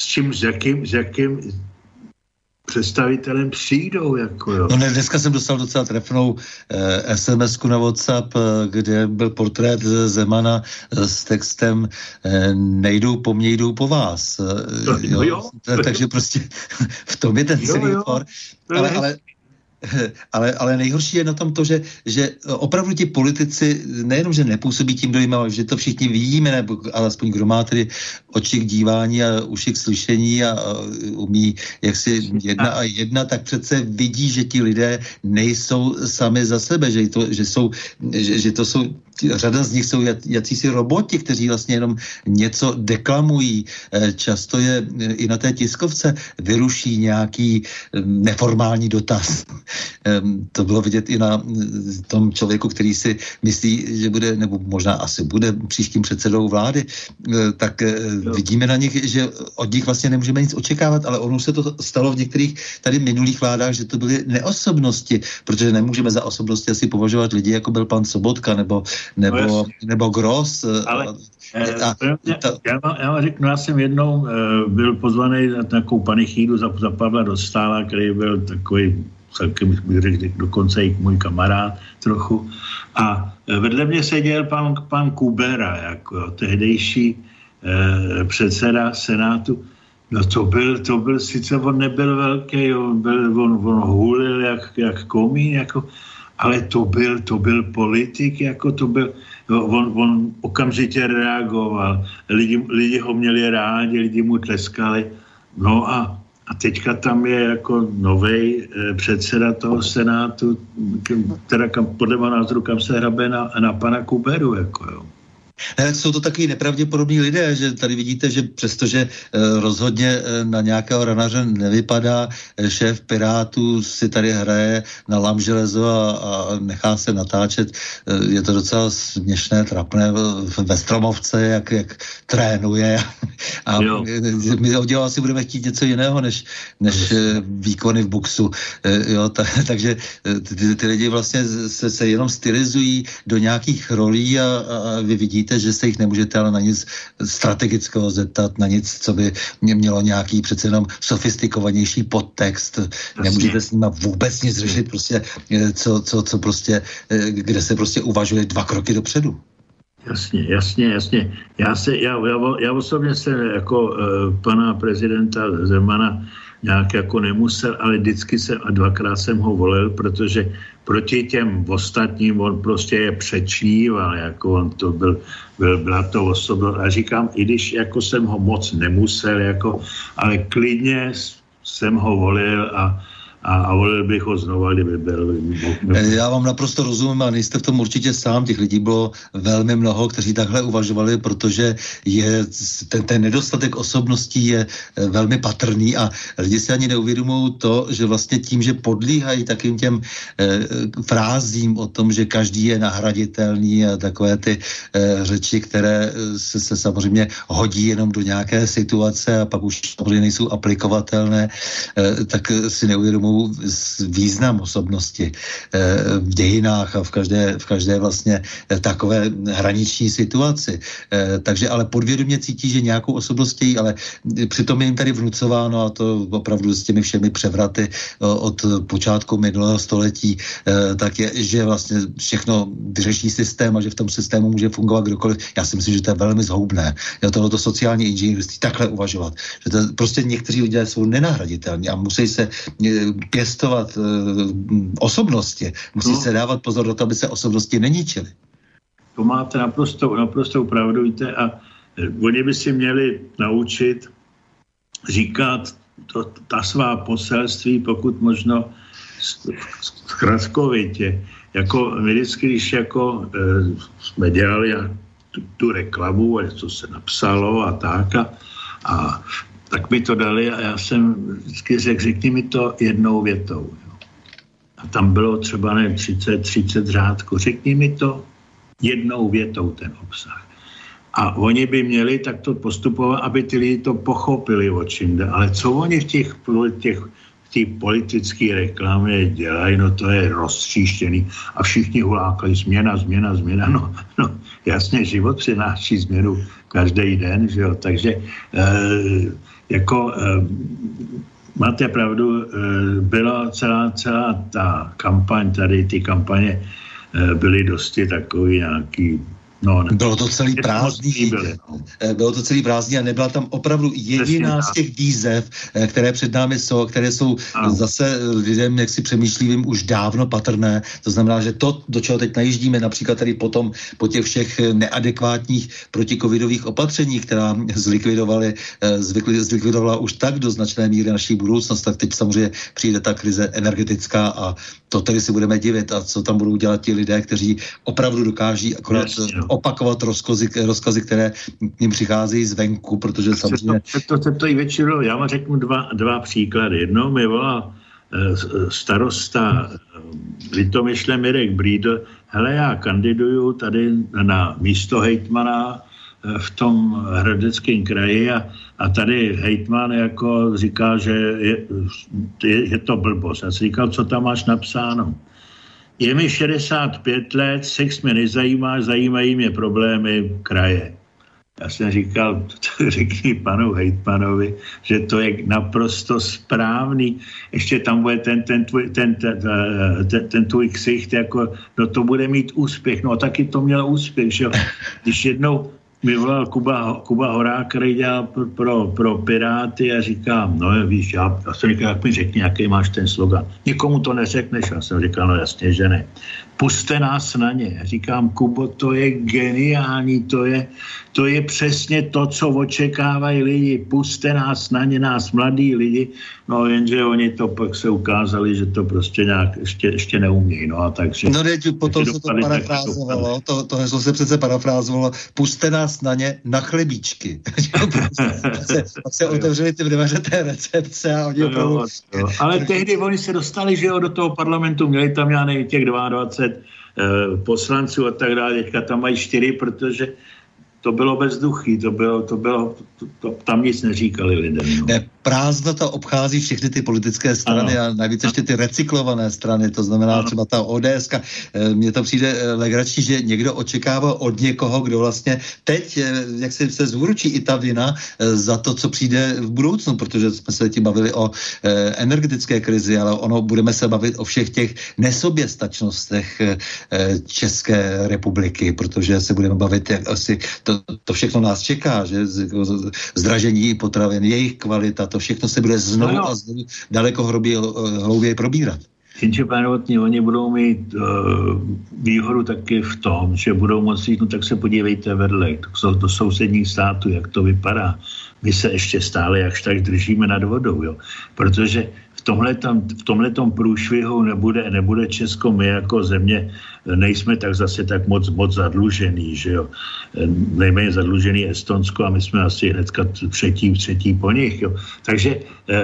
s jakým představitelem přijdou, jako jo. No ne, dneska jsem dostal docela trefnou SMS-ku na WhatsApp, kde byl portrét Zemana s textem nejdou po mně, jdou po vás. Jo? Takže prostě v tom je ten celý for. Ale nejhorší je na tom to, že opravdu ti politici nejenom, že nepůsobí tím dojmem, ale že to všichni vidíme, nebo alespoň kdo má tedy oči k dívání a uši k slyšení a umí jaksi jedna, tak přece vidí, že ti lidé nejsou sami za sebe, že to jsou řada z nich jsou jacísi roboti, kteří vlastně jenom něco deklamují. Často je i na té tiskovce vyruší nějaký neformální dotaz. To bylo vidět i na tom člověku, který si myslí, že bude, nebo možná asi bude příštím předsedou vlády, tak vidíme na nich, že od nich vlastně nemůžeme nic očekávat, ale ono se to stalo v některých tady minulých vládách, že to byly neosobnosti, protože nemůžeme za osobnosti asi považovat lidi, jako byl pan Sobotka nebo Gross. Ale já vám řeknu, já jsem jednou byl pozvaný na takovou panichídu za Pavla Dostála, který byl takový celkem, dokonce i můj kamarád trochu. A vedle mě seděl pan Kubera, jako tehdejší předseda Senátu. No to byl sice, on nebyl velký, on hulil jak komín, jako, ale to byl politik, jako to byl, on okamžitě reagoval, lidi ho měli rádi, lidi mu tleskali, no a teďka tam je jako novej předseda toho Senátu, teda podle mého názoru, kam se hrabe na pana Kuberu, jako jo. Jsou to takový nepravděpodobní lidé, že tady vidíte, že přestože rozhodně na nějakého ranaře nevypadá, šéf Pirátů si tady hraje na lamželezo a nechá se natáčet. Je to docela směšné, trapné ve Stromovce, jak trénuje. A my od něho asi budeme chtít něco jiného, než výkony v boxu. Takže ty lidi vlastně se jenom stylizují do nějakých rolí a vy vidíte, že se jich nemůžete ale na nic strategického zeptat, na nic, co by mělo nějaký přece jenom sofistikovanější podtext. Nemůžete s nimi vůbec nic řešit, prostě, co prostě, kde se prostě uvažuje 2 kroky dopředu. Jasně. Já osobně jsem jako pana prezidenta Zemana nějak jako nemusel, ale vždycky a 2krát jsem ho volil, protože proti těm ostatním on prostě je přečníval, jako on to byla to osobnost. A říkám, i když jako jsem ho moc nemusel, jako, ale klidně jsem ho volil a volil bych ho znova, kdyby byl. Já vám naprosto rozumím a nejste v tom určitě sám. Těch lidí bylo velmi mnoho, kteří takhle uvažovali, protože je ten nedostatek osobností je velmi patrný a lidi si ani neuvědomují to, že vlastně tím, že podlíhají takým těm frázím o tom, že každý je nahraditelný a takové ty řeči, které se samozřejmě hodí jenom do nějaké situace a pak už samozřejmě nejsou aplikovatelné, tak si neuvědomují význam osobnosti v dějinách a v každé vlastně takové hraniční situaci. Takže ale podvědomě cítí, že nějakou osobnost chtějí, ale přitom je jim tady vnucováno a to opravdu s těmi všemi převraty od počátku minulého století, tak je, že vlastně všechno vyřeší systém a že v tom systému může fungovat kdokoliv. Já si myslím, že to je velmi zhoubné. Tohleto sociální inženýrství takhle uvažovat. Že to prostě někteří lidé jsou nenahraditelní a musí se pěstovat osobnosti. Musí se dávat pozor na to, aby se osobnosti neničily. To máte naprosto pravdu, víte, a oni by si měli naučit říkat ta svá poselství, pokud možno zkratkovitě. Jako my vždycky, když jako jsme dělali tu reklamu, co se napsalo a tak, a tak mi to dali a já jsem vždycky řekni mi to jednou větou. A tam bylo třeba 30 řádků. Řekni mi to jednou větou ten obsah. A oni by měli takto postupovat, aby ty lidi to pochopili, o čím jde. Ale co oni v té politické reklamě dělají, no to je roztříštěný. A všichni hulákají změna. No jasně, život přináší změnu každý den, že jo. Takže máte pravdu, byla celá ta kampaň, tady ty kampaně byly dosti takový nějaký No, bylo to celý prázdný. Bylo to celý prázdný a nebyla tam opravdu jediná z těch výzev, které před námi jsou, které jsou zase lidem jaksi přemýšlivým už dávno patrné. To znamená, že to, do čeho teď najíždíme, například tady potom po těch všech neadekvátních protikovidových opatřeních, která zlikvidovala už tak do značné míry naší budoucnost, tak teď samozřejmě přijde ta krize energetická a to tedy si budeme divit a co tam budou dělat ti lidé, kteří opravdu dokáží akorát opakovat rozkazy, které k ním přicházejí zvenku, protože samozřejmě... To i většinou, já vám řeknu dva příklady. Jednou mi volal starosta Litomyšle Mirek Brýdl, hele, já kandiduju tady na místo hejtmana v tom Hradeckém kraji a tady hejtman jako říká, že je to blbost. Já si říkal, co tam máš napsáno. Je mi 65 let, sex mě nezajímá, zajímají mě problémy kraje. Já jsem říkal, řekni panu hejtmanovi, že to je naprosto správný. Ještě tam bude ten tvůj ksicht, jako, no to bude mít úspěch. No taky to mělo úspěch, že jo. Když jednou mi volal Kuba Horák, který dělal pro Piráty a říkám, no víš, já jsem říkal, jak mi řekni, jaký máš ten slogan. Nikomu to neřekneš. Já jsem říkal, no jasně, že ne. Puste nás na ně. Říkám, Kubo, to je geniální, to je přesně to, co očekávají lidi. Puste nás na ně, nás mladí lidi. No jenže oni to pak se ukázali, že to prostě nějak ještě neumějí. No a takže... No teď potom se to parafrázovalo, to heslo se přece parafrázovalo, puste nás na ně na chlebíčky. Pak se otevřeli ty dveře té recepce a oni opravdu... Ale tehdy oni se dostali, že jo, do toho parlamentu, měli tam já nevím, těch 22 poslanců a tak dále, teďka tam mají 4, protože to bylo bezduchý, tam nic neříkali lidem. No. Prázdnota obchází všechny ty politické strany a navíc ještě ty recyklované strany, to znamená třeba ta ODSka. Mně to přijde legrační, že někdo očekává od někoho, kdo vlastně teď, jak se zúročí i ta vina za to, co přijde v budoucnu, protože jsme se tím bavili o energetické krizi, ale budeme se bavit o všech těch nesoběstačnostech České republiky, protože se budeme bavit, jak asi to všechno nás čeká, že zdražení potravin, jejich kvalita, to všechno se bude znovu a znovu daleko hlouběji probírat. Jenže pánotní, oni budou mít výhodu taky v tom, že budou moci, no tak se podívejte vedle, do sousedních států, jak to vypadá. My se ještě stále jakž tak držíme nad vodou, jo. Protože v tomhletom průšvihu nebude Česko, my jako země nejsme tak zase tak moc zadlužený, že jo. Nejméně zadlužený Estonsko a my jsme asi hnedka třetí po nich, jo. Takže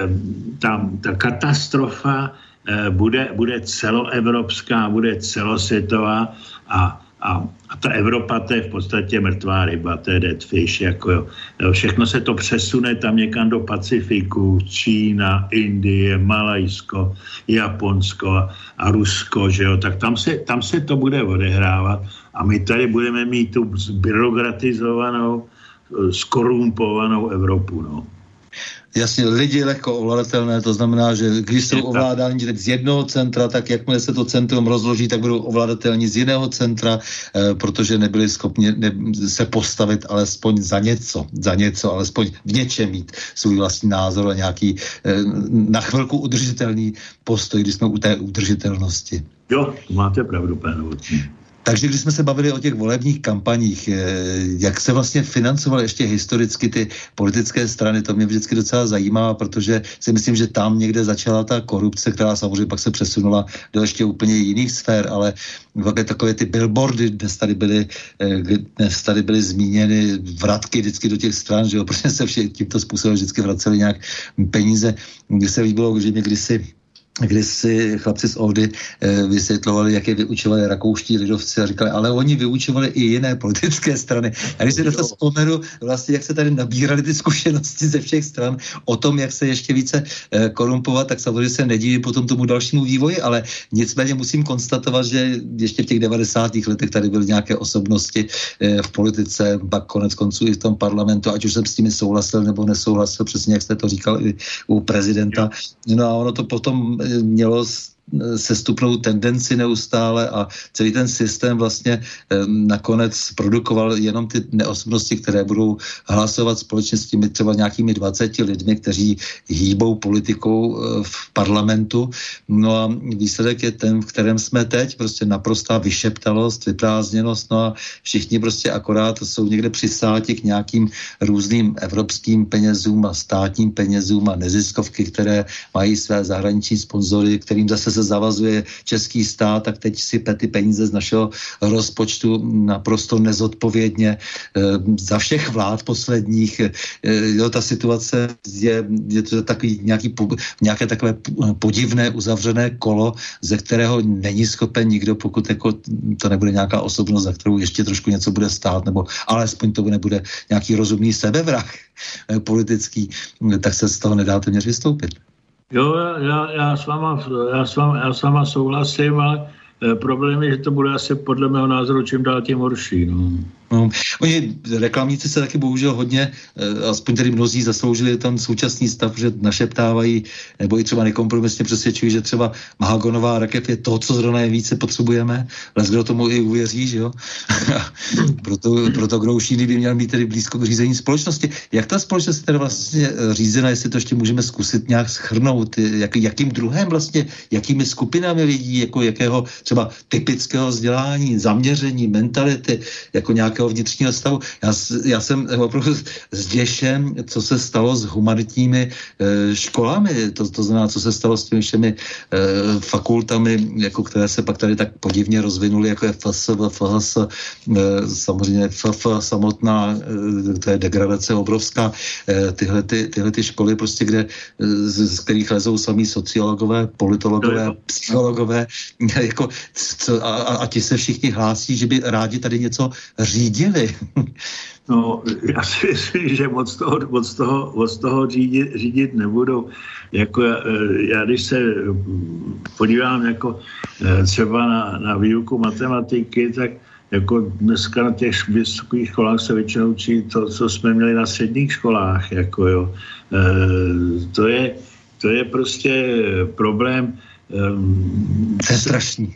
ta katastrofa bude celoevropská, bude celosvětová a ta Evropa, to je v podstatě mrtvá ryba, to je dead fish, jako jo. Všechno se to přesune tam někam do Pacifiku, Čína, Indie, Malajsko, Japonsko a Rusko, že jo, tak tam se to bude odehrávat a my tady budeme mít tu zbyrokratizovanou, skorumpovanou Evropu, no. Jasně, lidi lehko ovladatelné, to znamená, že když jsou ovládáni z jednoho centra, tak jakmile se to centrum rozloží, tak budou ovladatelní z jiného centra, protože nebyli schopni se postavit alespoň za něco, alespoň v něčem mít svůj vlastní názor a nějaký na chvilku udržitelný postoj, když jsme u té udržitelnosti. Jo, máte pravdu, pane Novotný. Takže když jsme se bavili o těch volebních kampaních, jak se vlastně financovaly ještě historicky ty politické strany, to mě vždycky docela zajímá, protože si myslím, že tam někde začala ta korupce, která samozřejmě pak se přesunula do ještě úplně jiných sfér, ale takové ty billboardy, dnes tady byly zmíněny vratky vždycky do těch stran, že jo, protože se tímto způsobem vždycky vraceli nějak peníze. Mně se líbilo, že mě kdysi chlapci z Ohdy vysvětlovali, jak je vyučovali rakouští lidovci a říkali, ale oni vyučovali i jiné politické strany. A když si to vzpomenu, vlastně jak se tady nabírali ty zkušenosti ze všech stran o tom, jak se ještě více korumpovat, tak samozřejmě se nedíví potom tomu dalšímu vývoji, ale nicméně musím konstatovat, že ještě v těch 90. letech tady byly nějaké osobnosti v politice, pak konec konců i v tom parlamentu, ať už jsem s nimi souhlasil nebo nesouhlasil, přesně jak jste to říkal i u prezidenta. No a ono to potom mělo sestupnou tendenci neustále a celý ten systém vlastně nakonec produkoval jenom ty neosobnosti, které budou hlasovat společně s těmi třeba nějakými 20 lidmi, kteří hýbou politikou v parlamentu. No a výsledek je ten, v kterém jsme teď, prostě naprostá vyšeptalost, vyprázdněnost, no a všichni prostě akorát jsou někde přisáti k nějakým různým evropským penězům a státním penězům a neziskovky, které mají své zahraniční sponzory, kterým zase se zavazuje český stát, tak teď sype ty peníze z našeho rozpočtu naprosto nezodpovědně za všech vlád posledních. Jo, ta situace je to takový nějaké takové podivné uzavřené kolo, ze kterého není schopen nikdo, pokud jako to nebude nějaká osobnost, za kterou ještě trošku něco bude stát, nebo alespoň to nebude nějaký rozumný sebevrah politický, tak se z toho nedá téměř vystoupit. Jo, já s váma souhlasím, ale problém je, že to bude asi podle mého názoru čím dál tím horší. No, oni reklamníci se taky bohužel hodně, aspoň tedy mnozí zasloužili ten současný stav, že našeptávají, nebo i třeba nekompromisně přesvědčují, že třeba mahagonová rakev je to, co zrovna nejvíce potřebujeme. Kdo tomu i uvěří, že jo? proto Groušíny by měl mít tedy blízko k řízení společnosti. Jak ta společnost je teda vlastně řízena, jestli to ještě můžeme zkusit nějak shrnout, jakým druhem vlastně, jakými skupinami lidí, jako jakého třeba typického vzdělání, zaměření, mentality, jako nějakého vnitřního stavu. Já jsem opravdu zděšen, co se stalo s humanitními školami, to znamená, co se stalo s těmi všemi fakultami, jako které se pak tady tak podivně rozvinuly, jako je FS, samozřejmě FF samotná, to je degradace obrovská, tyhle ty školy prostě, z kterých lezou samý sociologové, politologové, psychologové, jako, a ti se všichni hlásí, že by rádi tady něco řídili. No, já si myslím, že moc toho řídit nebudou. Jako já když se podívám jako třeba na výuku matematiky, tak jako dneska na těch vysokých školách se většinou učí to, co jsme měli na středních školách. Jako jo. To je prostě problém. To je strašný.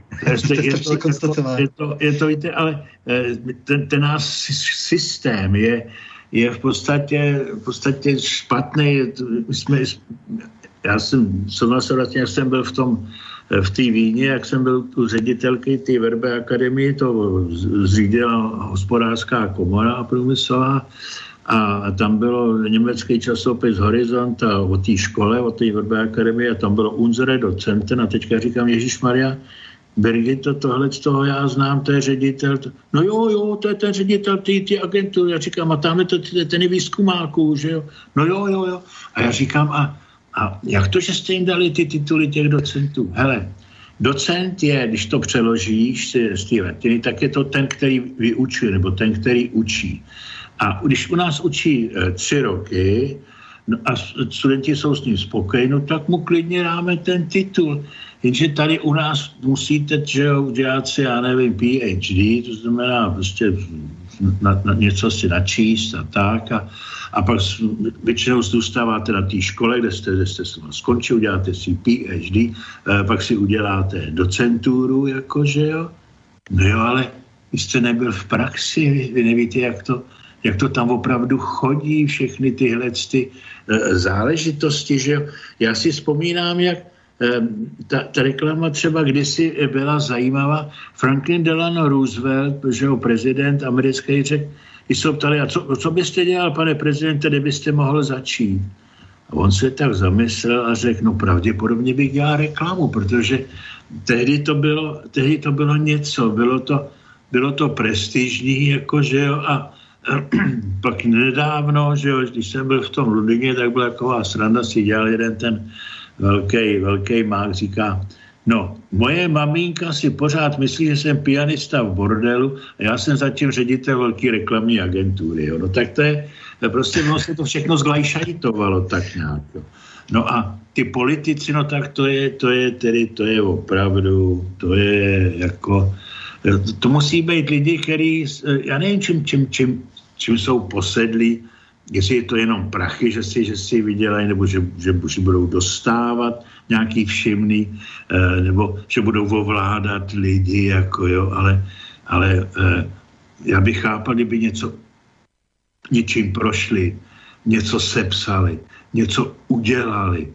Je to, víte, ale ten náš systém je v podstatě špatný. Já jsem byl v té Víně, jak jsem byl u ředitelky té Verbe akademie, to zřídila hospodářská komora průmyslová, a tam bylo německý časopis Horizont a o té škole, o té Verbe akademie, a tam bylo unsere Docenten a teďka říkám, Ježišmarja, Birgito, tohle z toho já znám, to je ředitel. No jo, to je ten ředitel ty agentury. Já říkám, a tamhle to ten je výzkumáků, že jo? No jo. A já říkám, a jak to, že jste jim dali ty tituly těch docentů? Hele, docent je, když to přeložíš z té latiny, tak je to ten, který vyučuje, nebo ten, který učí. A když u nás učí 3 roky, no a studenti jsou s ním spokojení, no tak mu klidně dáme ten titul. Jenže tady u nás musíte dělat si, já nevím, PhD, to znamená prostě na něco si načíst a tak. A pak většinou zůstáváte na té škole, kde jste skončil, uděláte si PhD, pak si uděláte docenturu, jakože jo. No jo, ale vy jste nebyl v praxi, vy nevíte, jak to tam opravdu chodí, všechny tyhle záležitosti, že jo. Já si vzpomínám, jak ta reklama třeba kdysi byla zajímavá. Franklin Delano Roosevelt, že jo, prezident americký, řekl, když se ptali, a co byste dělal, pane prezidente, kde byste mohl začít? A on se tak zamyslel a řekl, no pravděpodobně bych dělal reklamu, protože tehdy to bylo něco, bylo to prestižní, jako, že jo, a pak nedávno, že jo, když jsem byl v tom Londýně, tak byla taková sranda, si dělal jeden ten velký mák, říká, no, moje maminka si pořád myslí, že jsem pianista v bordelu a já jsem zatím ředitel velký reklamní agentury, jo. No tak to je, prostě ono se to všechno zglajšajtovalo tak nějak, jo. No a ty politici, no tak to je opravdu, to je jako, to musí být lidi, který, já nevím, čím jsou posedlí, jestli je to jenom prachy, že si vydělají, nebo že budou dostávat nějaký všimný, nebo že budou ovládat lidi, jako jo, ale já bych chápal, kdyby něčím prošli, něco sepsali, něco udělali,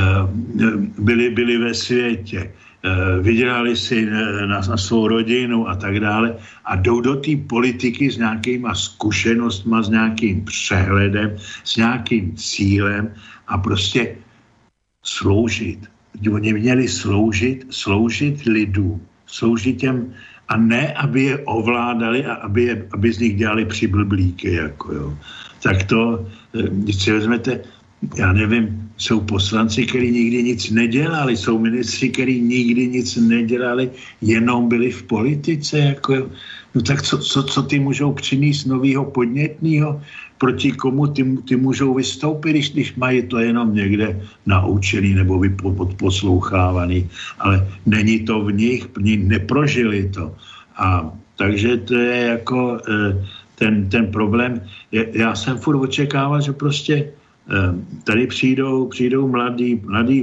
byli ve světě, vydělali si na svou rodinu a tak dále a jdou do té politiky s nějakýma zkušenostma, s nějakým přehledem, s nějakým cílem a prostě sloužit. Oni měli sloužit lidu, sloužit těm a ne, aby je ovládali a aby z nich dělali přiblblíky, jako jo. Tak to, když si vezmete, já nevím, jsou poslanci, kteří nikdy nic nedělali, jsou ministři, kteří nikdy nic nedělali, jenom byli v politice, jako jo. No tak co ty můžou přinést novýho podnětného, proti komu ty můžou vystoupit, když mají to jenom někde naučený nebo poslouchávaný, ale není to v nich, neprožili to. A takže to je jako ten problém. Já jsem furt očekával, že prostě tady přijdou mladí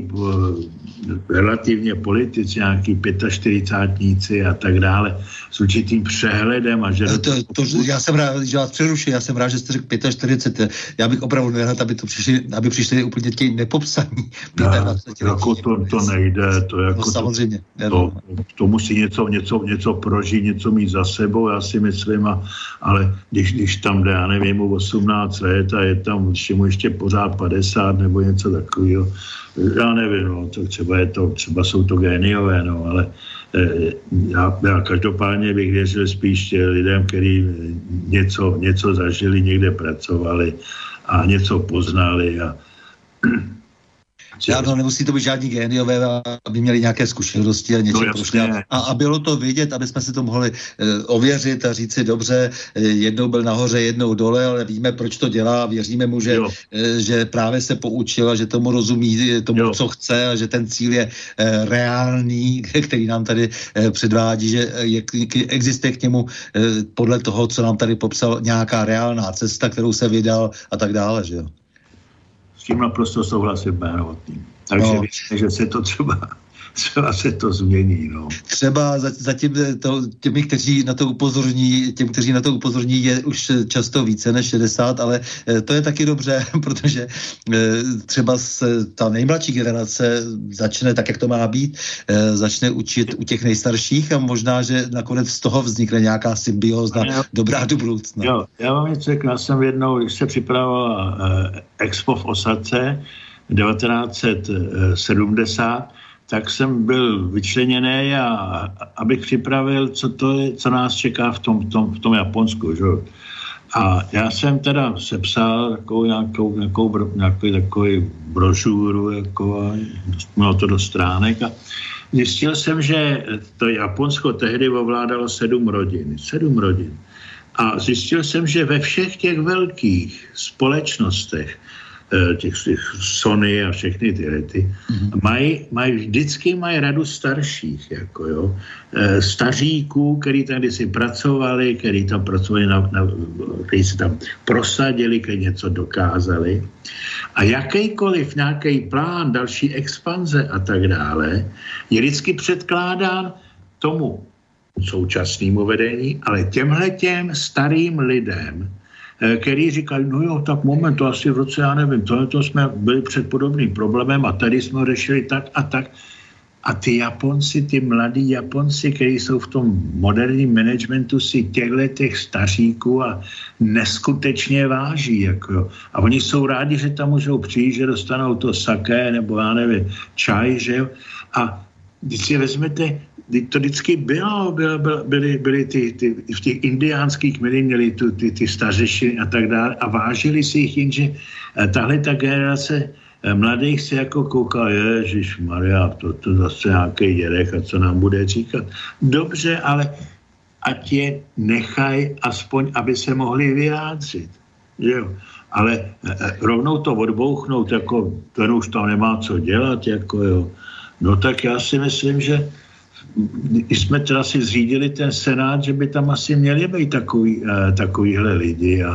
relativně politici, nějaký 45 a tak dále, s určitým přehledem. A že já jsem rád, že vás přerušil, já jsem rád, že jste řekl 45. Já bych opravdu nerad, aby přišli úplně těj nepopsaní. To nejde. To jako no, samozřejmě. To musí něco prožít, něco mít za sebou, já si myslím, ale když tam jde, já nevím, 18 let a je tam ještě pořád 50 nebo něco takového, já nevím, no, to třeba jsou to géniové, no, ale já každopádně bych věřil spíš lidem, kteří něco zažili, někde pracovali a něco poznali a no, nemusí to být žádní géniové, aby měli nějaké zkušenosti a něco prošli. A bylo to vidět, aby jsme si to mohli ověřit a říct si dobře, jednou byl nahoře, jednou dole, ale víme, proč to dělá a věříme mu, že právě se poučil a že tomu rozumí, tomu, co chce a že ten cíl je reálný, který nám tady předvádí, že existuje k němu podle toho, co nám tady popsal, nějaká reálná cesta, kterou se vydal a tak dále, že jo. S tím naprosto souhlasím Bernotným. Takže myslím, že se to třeba se to změní. No. Třeba zatím těmi, kteří na to upozorní, je už často více než 60, ale to je taky dobře, protože třeba ta nejmladší generace začne, tak jak to má být, začne učit u těch nejstarších a možná, že nakonec z toho vznikne nějaká symbióza dobrá do budoucna. Jo, já vám něco řeknu, já jsem jednou, když se připravoval Expo v Osadce 1970, tak jsem byl vyčleněný abych připravil, co nás čeká v tom Japonsku. Že? A já jsem teda sepsal nějakou takovou brožuru, mělo to do stránek a zjistil jsem, že to Japonsko tehdy ovládalo 7 rodin. A zjistil jsem, že ve všech těch velkých společnostech těch Sony a všechny ty vždycky mají radu starších, jako jo, staříků, který tam kdysi pracovali, který tam pracovali, který se tam prosadili, který něco dokázali. A jakýkoliv nějaký plán další expanze a tak dále je vždycky předkládán tomu současnému vedení, ale těmhletěm starým lidem, který říkají, no jo, tak moment, to asi v roce, já nevím, to jsme byli před podobným problémem a tady jsme ho řešili tak a tak. A ty Japonci, ty mladí Japonci, kteří jsou v tom moderním managementu, si těch staříků a neskutečně váží. Jako. A oni jsou rádi, že tam můžou přijít, že dostanou to saké nebo já nevím, čaj, že jo. A když si vezmete, to vždycky byly v těch indiánských kmenech měli ty stařešiny a tak dále a vážili si jich, jenže tahle ta generace mladých se jako kouká, ježišmarja, to zase nějaký dědek a co nám bude říkat. Dobře, ale ať je nechaj aspoň, aby se mohli vyjádřit. Jo. Ale rovnou to odbouchnout, jako ten už tam nemá co dělat, jako jo. No tak já si myslím, že když jsme teda si zřídili ten senát, že by tam asi měli být takovýhle lidi a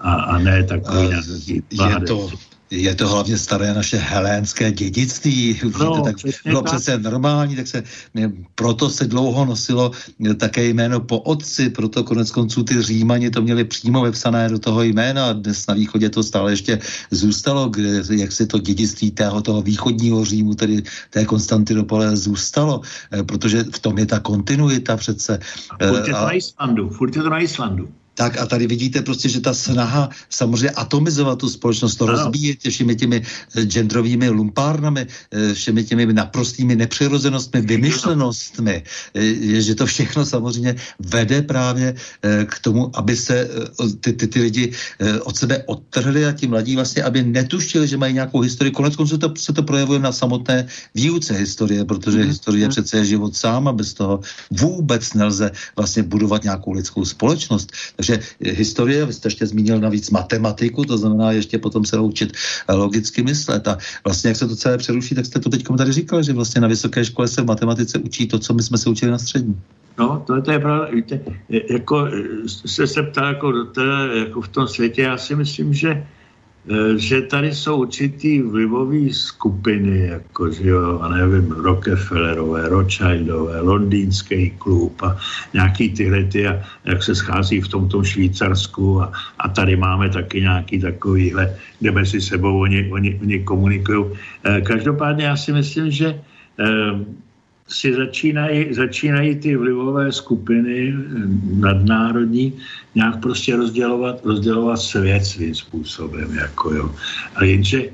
a ne takový Je to hlavně staré naše helénské dědictví. Tak bylo přece normální, proto se dlouho nosilo také jméno po otci, proto konec konců ty Římani to měli přímo vepsané do toho jména a dnes na východě to stále ještě zůstalo, jak se to dědictví toho východního Římu, tedy té Konstantinopole zůstalo, protože v tom je ta kontinuita přece. Furt je to na Islandu. Tak a tady vidíte prostě, že ta snaha samozřejmě atomizovat tu společnost, to rozbíjet všemi těmi genderovými lumpárnami, všemi těmi naprostými nepřirozenostmi, vymyšlenostmi, že to všechno samozřejmě vede právě k tomu, aby se ty lidi od sebe odtrhli a ti mladí vlastně, aby netušili, že mají nějakou historii. Koneckonců se to projevuje na samotné výuce historie, protože historie přece je život sám a bez toho vůbec nelze vlastně budovat nějakou lidskou společnost. Takže historie, vy jste ještě zmínil navíc matematiku, to znamená ještě potom se naučit logicky myslet. A vlastně, jak se to celé přeruší, tak jste to teď tady říkal, že vlastně na vysoké škole se v matematice učí to, co my jsme se učili na střední. No, to je pravda. Víte, jako se ptá, jako v tom světě, já si myslím, že tady jsou určitý vlivové skupiny, jako, že jo, a nevím, Rockefellerové, Rothschildové, londýnský klub a nějaký tyhle jak se schází v tomto Švýcarsku a tady máme taky nějaký takovýhle, kde mezi sebou oni komunikují. Každopádně já si myslím, že si začínají ty vlivové skupiny nadnárodní nějak prostě rozdělovat svět svým způsobem, jako jo. A jenže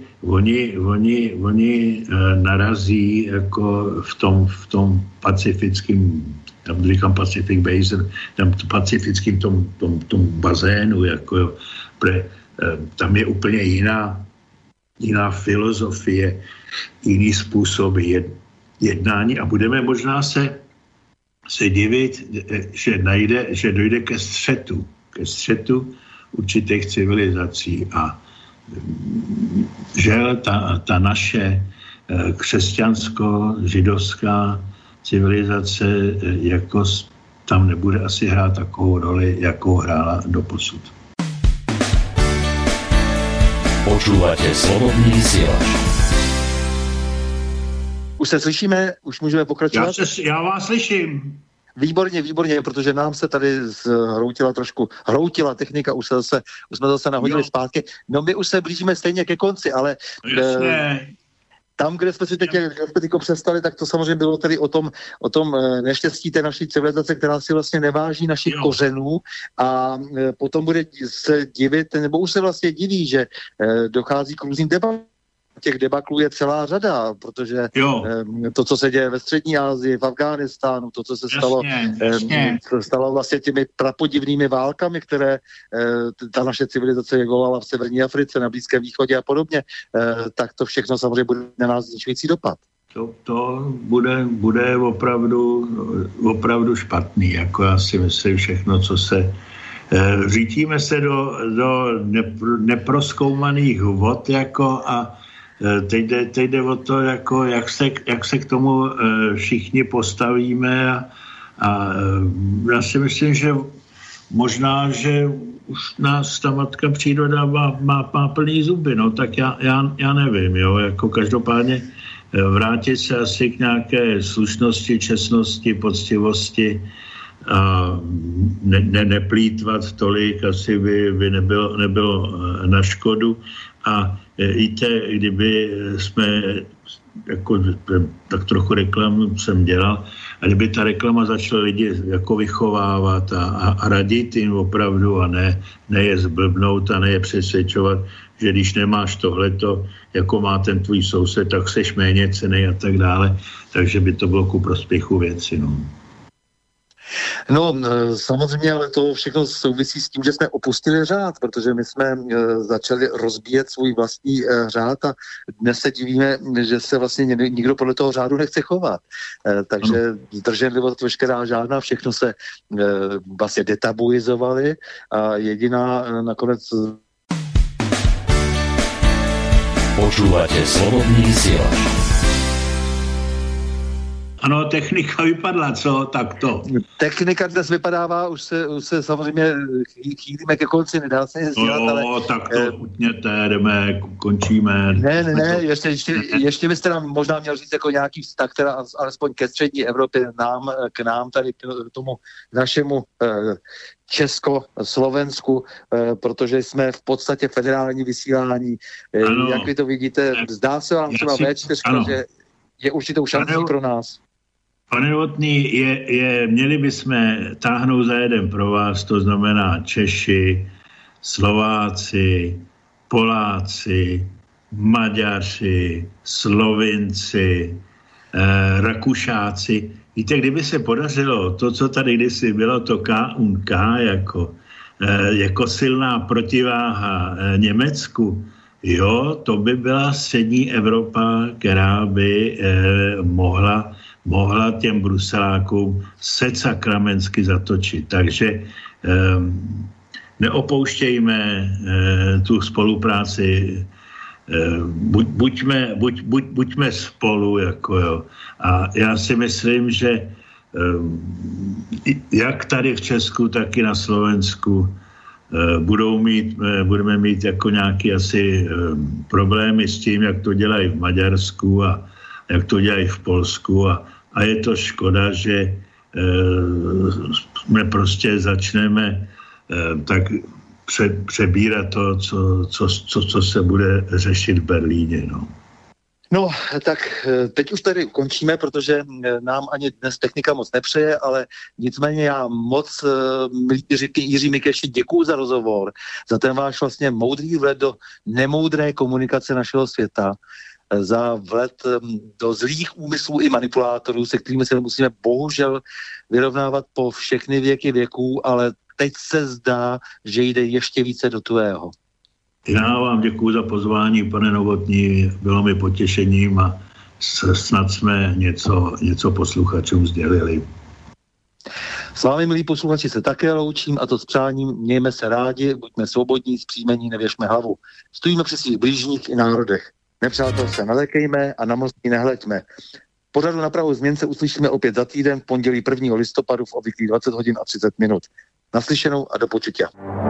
oni narazí jako v tom pacifickém, tam říkám Pacific Basin, tam pacifickým tom bazénu, jako jo, tam je úplně jiná filozofie, jiný způsob jednání a budeme možná se divit, že dojde ke střetu určitých civilizací a že ta naše křesťansko-židovská civilizace jako tam nebude asi hrát takovou roli, jakou hrála doposud. Počúvate Slobodný vysielač. Už se slyšíme? Už můžeme pokračovat? Já vás slyším. Výborně, protože nám se tady hroutila technika, už jsme zase nahodili zpátky. No my už se blížíme stejně ke konci, ale tam, kde jsme si teď přestali, tak to samozřejmě bylo tedy o tom neštěstí té naší civilizace, která si vlastně neváží našich kořenů a potom bude se divit, nebo už se vlastně diví, že dochází k různým debatám. Těch debaklů je celá řada, protože to, co se děje ve Střední Asii, v Afghánistánu, to, co se stalo vlastně těmi prapodivnými válkami, které ta naše civilizace vyvolala v severní Africe, na Blízkém východě a podobně, tak to všechno samozřejmě bude na nás zničující dopad. To bude opravdu špatný, jako já si myslím všechno, co se řítíme se do neprozkoumaných vod, jako a teď jde o to, jako jak se k tomu všichni postavíme a já si myslím, že možná, že už nás ta matka příroda má plný zuby, no tak já nevím, jo, jako každopádně vrátit se asi k nějaké slušnosti, čestnosti, poctivosti a neplýtvat tolik, asi by nebylo na škodu. A víte, kdyby jsme, jako, tak trochu reklamu jsem dělal, a kdyby ta reklama začala lidi jako vychovávat a radit jim opravdu a ne je zblbnout a ne je přesvědčovat, že když nemáš tohleto, jako má ten tvůj soused, tak seš méně cenný a tak dále. Takže by to bylo ku prospěchu věci, no. No, samozřejmě, ale to všechno souvisí s tím, že jsme opustili řád, protože my jsme začali rozbíjet svůj vlastní řád a dnes se divíme, že se vlastně nikdo podle toho řádu nechce chovat. Takže zdrženlivost veškerá žádná, všechno se vlastně detabuizovali a jediná nakonec... Počúvate Slobodný vysielač. Ano, technika vypadla, co? Tak to. Technika dnes vypadává, už se samozřejmě chýlíme ke konci, nedá se nic dělat, ale... tak to utněte, jdeme, končíme. Ne, ještě byste nám možná měl říct jako nějaký vztah, teda alespoň ke střední Evropě, k nám tady, k tomu našemu Česko-Slovensku, protože jsme v podstatě federální vysílání. Ano, jak vy to vidíte, zdá se vám třeba V4, že je určitou šancí pro nás? Pane Novotný, měli bychom táhnout za jeden pro vás, to znamená Češi, Slováci, Poláci, Maďaři, Slovinci, Rakušáci. Víte, kdyby se podařilo to, co tady kdysi bylo, to K&K jako silná protiváha Německu, jo, to by byla střední Evropa, která by mohla těm Bruselákům sakramensky zatočit. Takže neopouštějme tu spolupráci, buďme spolu, jako jo. A já si myslím, že jak tady v Česku, tak i na Slovensku budeme mít jako nějaké asi problémy s tím, jak to dělají v Maďarsku a jak to dělají v Polsku a je to škoda, že my prostě začneme tak přebírat to, co se bude řešit v Berlíně, no. No, tak teď už tady ukončíme, protože nám ani dnes technika moc nepřeje, ale nicméně já moc, Jiří Mikeši, děkuju za rozhovor, za ten váš vlastně moudrý vlet do nemoudré komunikace našeho světa, za vlet do zlých úmyslů i manipulátorů, se kterými se musíme bohužel vyrovnávat po všechny věky věků, ale teď se zdá, že jde ještě více do tvého. Já vám děkuju za pozvání, pane Novotný, bylo mi potěšením a snad jsme něco posluchačům sdělili. S vámi, milí posluchači, se také loučím, a to s přáním: mějme se rádi, buďme svobodní, zpříjmení, nevěšme hlavu. Stojíme při svých blížních i národech. Nepřátel se nelekejme a na mostní nehleďme. Pořadu Na pravou změn se uslyšíme opět za týden v pondělí 1. listopadu v obvyklých 20 hodin a 30 minut. Naslyšenou a do počutia.